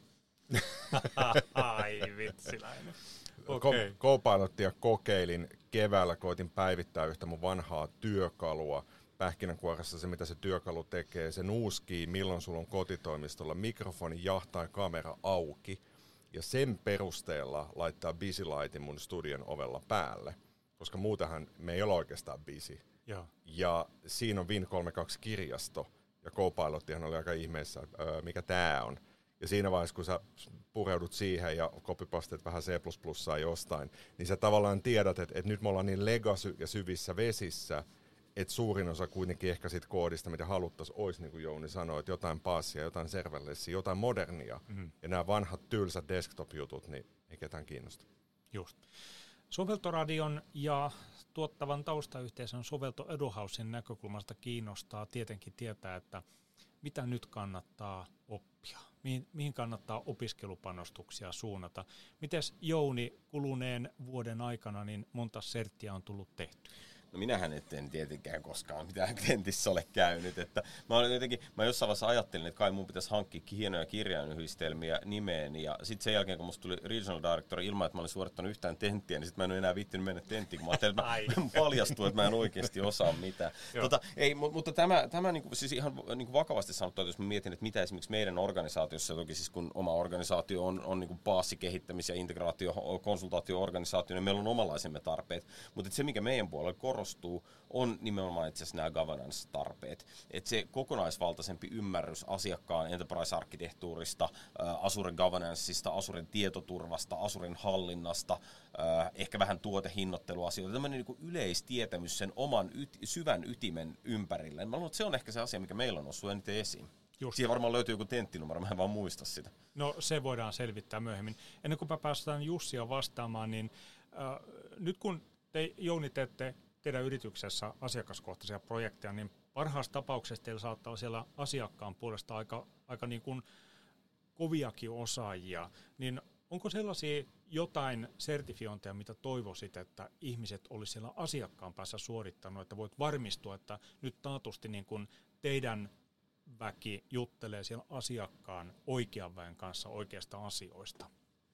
Ai vitsiläinen. Okay. Copilotia kokeilin keväällä, koitin päivittää yhtä mun vanhaa työkalua. Pähkinänkuoressa se, mitä se työkalu tekee, se nuuskii, milloin sulla on kotitoimistolla mikrofoni, jahtaa kamera auki. Ja sen perusteella laittaa busy lightin mun studion ovella päälle, koska muutenhan me ei ole oikeastaan busy. Ja, ja siinä on Win kolmekymmentäkaksi-kirjasto, ja Copilottihan oli aika ihmeessä, öö, mikä tää on. Ja siinä vaiheessa, kun sä pureudut siihen ja copypasteet vähän C plus plusaa jostain, niin sä tavallaan tiedät, että, että nyt me ollaan niin legacy ja syvissä vesissä, että suurin osa kuitenkin ehkä siitä koodista, mitä haluttaisiin, olisi, niin kuin Jouni sanoi, että jotain passia, jotain serverlessia, jotain modernia. Mm-hmm. Ja nämä vanhat tylsät desktop-jutut, niin ei ketään kiinnosta. Just. Soveltoradion ja tuottavan taustayhteisön Sovelto Eduhausin näkökulmasta kiinnostaa tietenkin tietää, että mitä nyt kannattaa oppia, mihin, mihin kannattaa opiskelupanostuksia suunnata. Mites Jouni, kuluneen vuoden aikana niin monta serttiä on tullut tehty? No minähän en tietenkään koskaan mitään tentissä ole käynyt. Että mä, olin jotenkin, mä jossain vaiheessa ajattelin, että kai mun pitäisi hankkia hienoja kirjainyhdistelmiä nimeen. Ja sitten sen jälkeen, kun musta tuli regional director ilman, että mä olin suorittanut yhtään tenttiä, niin sitten mä en ole enää viittinyt mennä tenttiin, kun mä ajattelin, että mä paljastuu, että mä en oikeasti osaa mitään. tota, ei, mutta tämä, tämä niinku, siis ihan niinku vakavasti sanottu, että jos mä mietin, että mitä esimerkiksi meidän organisaatiossa, toki siis kun oma organisaatio on, on niinku baassikehittämis- ja integraatio, konsultaatio-organisaatio, niin meillä on omalaisemme tarpeet. Mutta se, mikä meidän puolella korostuu, on nimenomaan itse asiassa nämä governance-tarpeet. Että se kokonaisvaltaisempi ymmärrys asiakkaan enterprise-arkkitehtuurista, Azuren governanceista, Azuren tietoturvasta, Azuren hallinnasta, ehkä vähän tuotehinnoitteluasioita, tämmöinen niin yleistietämys sen oman yt- syvän ytimen ympärillä. Mä luulen, että se on ehkä se asia, mikä meillä on noussut eniten esiin. Just. Siihen varmaan löytyy joku tenttinumero, mä en vaan muista sitä. No se voidaan selvittää myöhemmin. Ennen kuin mä päästään Jussia vastaamaan, niin äh, nyt kun te, Jouni, teette teidän yrityksessä asiakaskohtaisia projekteja, niin parhaassa tapauksessa teillä saattaa olla siellä asiakkaan puolesta aika, aika niin kuin koviakin osaajia, niin onko sellaisia jotain sertifiointeja, mitä toivoisit, että ihmiset olisivat siellä asiakkaan päässä suorittanut, että voit varmistua, että nyt taatusti niin kuin teidän väki juttelee siellä asiakkaan oikean väen kanssa oikeista asioista?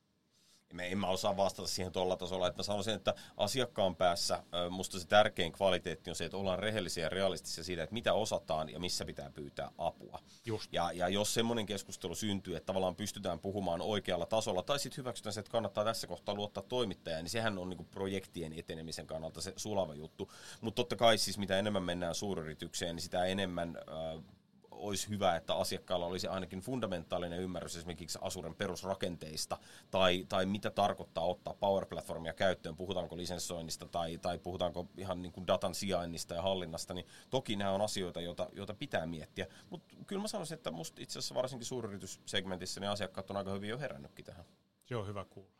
En mä osaa vastata siihen tuolla tasolla, että mä sanoisin, että asiakkaan päässä musta se tärkein kvaliteetti on se, että ollaan rehellisiä ja realistisia siitä, että mitä osataan ja missä pitää pyytää apua. Just. Ja, ja jos semmoinen keskustelu syntyy, että tavallaan pystytään puhumaan oikealla tasolla, tai sitten hyväksytään se, että kannattaa tässä kohtaa luottaa toimittajaan, niin sehän on niinku projektien etenemisen kannalta se sulava juttu. Mutta totta kai siis mitä enemmän mennään suuryritykseen, niin sitä enemmän Äh, olisi hyvä, että asiakkaalla olisi ainakin fundamentaalinen ymmärrys esimerkiksi Azuren perusrakenteista tai, tai mitä tarkoittaa ottaa Power Platformia käyttöön, puhutaanko lisenssoinnista tai, tai puhutaanko ihan niin kuin datan sijainnista ja hallinnasta, niin toki nämä on asioita, joita, joita pitää miettiä, mutta kyllä mä sanoisin, että musta itse asiassa varsinkin suuryrityssegmentissä niin asiakkaat on aika hyvin jo herännytkin tähän. Se on hyvä kuulla.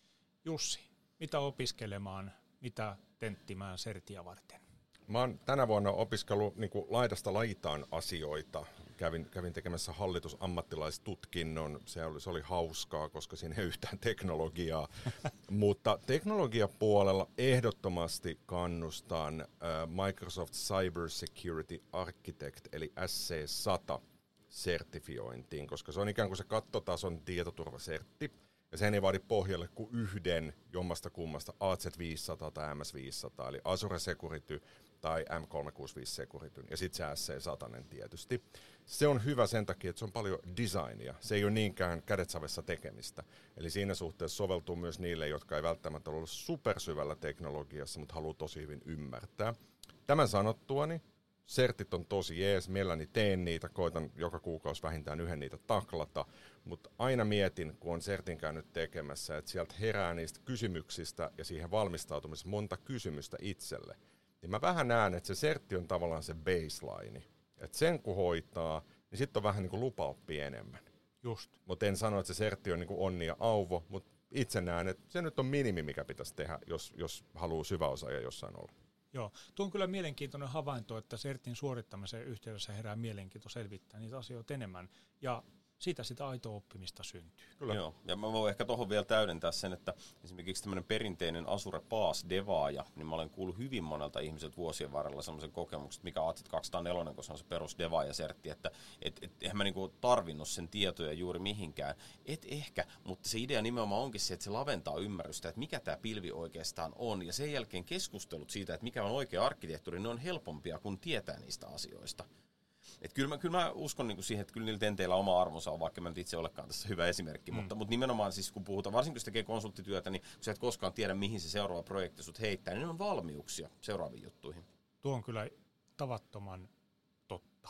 Jussi, mitä opiskelemaan, mitä tenttimään sertiä varten? Mä oon tänä vuonna opiskellut niin kuin laidasta laitaan asioita. Kävin, kävin tekemässä hallitusammattilaistutkinnon. Se oli, se oli hauskaa, koska siinä ei yhtään teknologiaa. Mutta teknologiapuolella ehdottomasti kannustan äh, Microsoft Cyber Security Architect, eli S C sata sertifiointiin, koska se on ikään kuin se kattotason tietoturvasertti. Ja sen ei vaadi pohjalle kuin yhden jommasta kummasta A Z viisisataa tai M S viisisataa, eli Azure Security tai M kolmesataakuusikymmentäviisi Security, ja sitten se S C sata tietysti. Se on hyvä sen takia, että se on paljon designia. Se ei ole niinkään kädetsavessa tekemistä. Eli siinä suhteessa soveltuu myös niille, jotka ei välttämättä ole supersyvällä teknologiassa, mutta haluaa tosi hyvin ymmärtää. Tämän sanottuani, sertit on tosi jees, mielelläni teen niitä, koitan joka kuukausi vähintään yhden niitä taklata, mutta aina mietin, kun on sertin käynyt tekemässä, että sieltä herää niistä kysymyksistä ja siihen valmistautumisessa monta kysymystä itselle. Niin mä vähän näen, että se sertti on tavallaan se baseline. Että sen kun hoitaa, niin sitten on vähän niin kuin lupa oppia enemmän. Just. Mutta en sano, että se sertti on niin kuin onni ja auvo, mutta itse näen, että se nyt on minimi, mikä pitäisi tehdä, jos, jos haluaa syväosaaja jossain olla. Joo, tuo on kyllä mielenkiintoinen havainto, että sertin suorittamisen yhteydessä herää mielenkiinto selvittää niitä asioita enemmän, ja siitä sitä aitoa oppimista syntyy. Kyllä. Joo, ja mä voin ehkä tuohon vielä täydentää sen, että esimerkiksi tämmöinen perinteinen Azure PaaS-devaaja, niin mä olen kuullut hyvin monelta ihmiseltä vuosien varrella semmoisen kokemuksen, mikä A Z kaksisataaneljä, kun se on se perus devaaja-sertti, että et, et, eihän mä niinku tarvinnut sen tietoja juuri mihinkään. Et ehkä, mutta se idea nimenomaan onkin se, että se laventaa ymmärrystä, että mikä tämä pilvi oikeastaan on, ja sen jälkeen keskustelut siitä, että mikä on oikea arkkitehtuuri, ne on helpompia, kun tietää niistä asioista. Et kyllä, mä, kyllä mä uskon niinku siihen, että kyllä niillä tenteillä oma arvonsa on, vaikka mä nyt itse olekaan tässä hyvä esimerkki. Mm. Mutta, mutta nimenomaan siis kun puhutaan, varsinkin kun se tekee konsulttityötä, niin kun sä et koskaan tiedä, mihin se seuraava projekti sut heittää, niin ne on valmiuksia seuraaviin juttuihin. Tuo on kyllä tavattoman totta.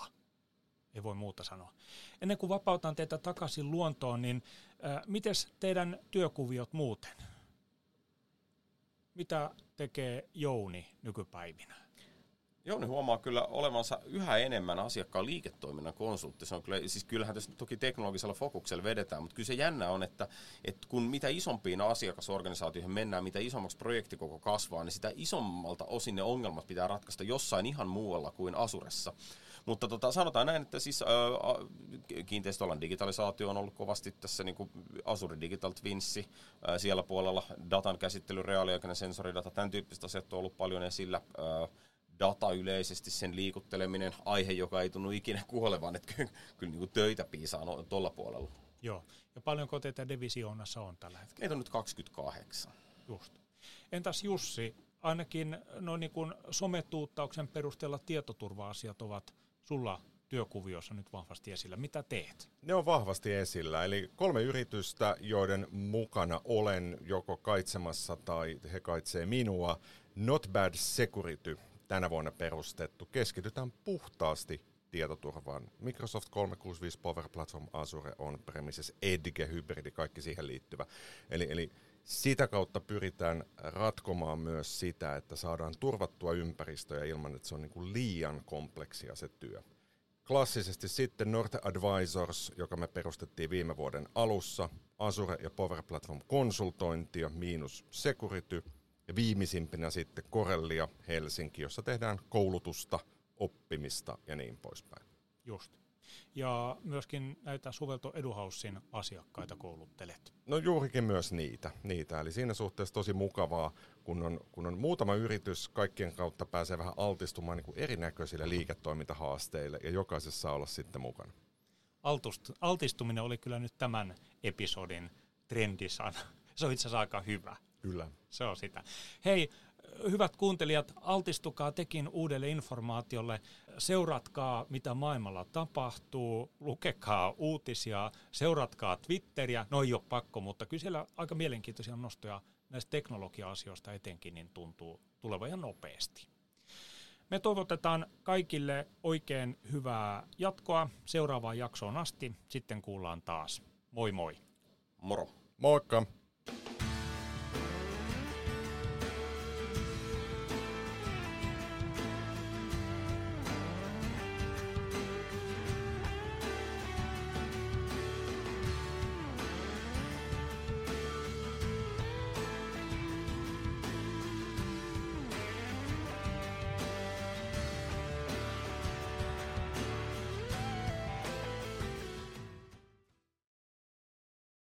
Ei voi muuta sanoa. Ennen kuin vapautan teitä takaisin luontoon, niin äh, mites teidän työkuviot muuten? Mitä tekee Jouni nykypäivinä? Jouni huomaa kyllä olevansa yhä enemmän asiakkaan liiketoiminnan konsultti. Se on kyllä, siis kyllähän tässä toki teknologisella fokuksella vedetään, mutta kyllä se jännä on, että, että kun mitä isompiin asiakasorganisaatioihin mennään, mitä isommaksi projektikoko kasvaa, niin sitä isommalta osin ne ongelmat pitää ratkaista jossain ihan muualla kuin Azuressa. Mutta tota, sanotaan näin, että siis ää, kiinteistöalan digitalisaatio on ollut kovasti tässä niin kuin Azure Digital Twinsi, ää, siellä puolella datan käsittely, reaaliaikainen sensoridata, tämän tyyppiset asiat on ollut paljon esillä. Ää, data yleisesti, sen liikutteleminen, aihe, joka ei tunnu ikinä kuolevan, että kyllä, kyllä niin kuin töitä piisaa no, tuolla puolella. Joo, ja paljonko teitä divisioonassa on tällä hetkellä? Meitä on nyt kaksikymmentäkahdeksan. Just. Entäs Jussi, ainakin no niin kuin sometuuttauksen perusteella tietoturva-asiat ovat sulla työkuviossa nyt vahvasti esillä. Mitä teet? Ne on vahvasti esillä, eli kolme yritystä, joiden mukana olen joko kaitsemassa tai he kaitsee minua. Not Bad Security, tänä vuonna perustettu. Keskitytään puhtaasti tietoturvaan. Microsoft kolmesataakuusikymmentäviisi Power Platform, Azure On-Premises, Edge, hybridi, kaikki siihen liittyvä. Eli, eli sitä kautta pyritään ratkomaan myös sitä, että saadaan turvattua ympäristöjä ilman, että se on niin kuin liian kompleksia se työ. Klassisesti sitten Norte Advisors, joka me perustettiin viime vuoden alussa, Azure ja Power Platform konsultointia, miinus security. ja viimeisimpinä sitten Corellia Helsinki, jossa tehdään koulutusta, oppimista ja niin poispäin. Just. Ja myöskin näitä Suvelto Eduhausin asiakkaita kouluttelet. No juurikin myös niitä, niitä. Eli siinä suhteessa tosi mukavaa, kun on, kun on muutama yritys, kaikkien kautta pääsee vähän altistumaan niin kuin erinäköisille liiketoimintahaasteille ja jokaisessa saa olla sitten mukana. Altust, altistuminen oli kyllä nyt tämän episodin trendisana. Se on itse asiassa aika hyvä. Kyllä. Se on sitä. Hei, hyvät kuuntelijat, altistukaa tekin uudelle informaatiolle. Seuratkaa, mitä maailmalla tapahtuu, lukekaa uutisia, seuratkaa Twitteriä. No ei ole pakko, mutta kyllä siellä aika mielenkiintoisia nostoja näistä teknologia-asioista etenkin niin tuntuu tulevan ihan nopeasti. Me toivotetaan kaikille oikein hyvää jatkoa seuraavaan jaksoon asti. Sitten kuullaan taas. Moi moi. Moro. Moikka!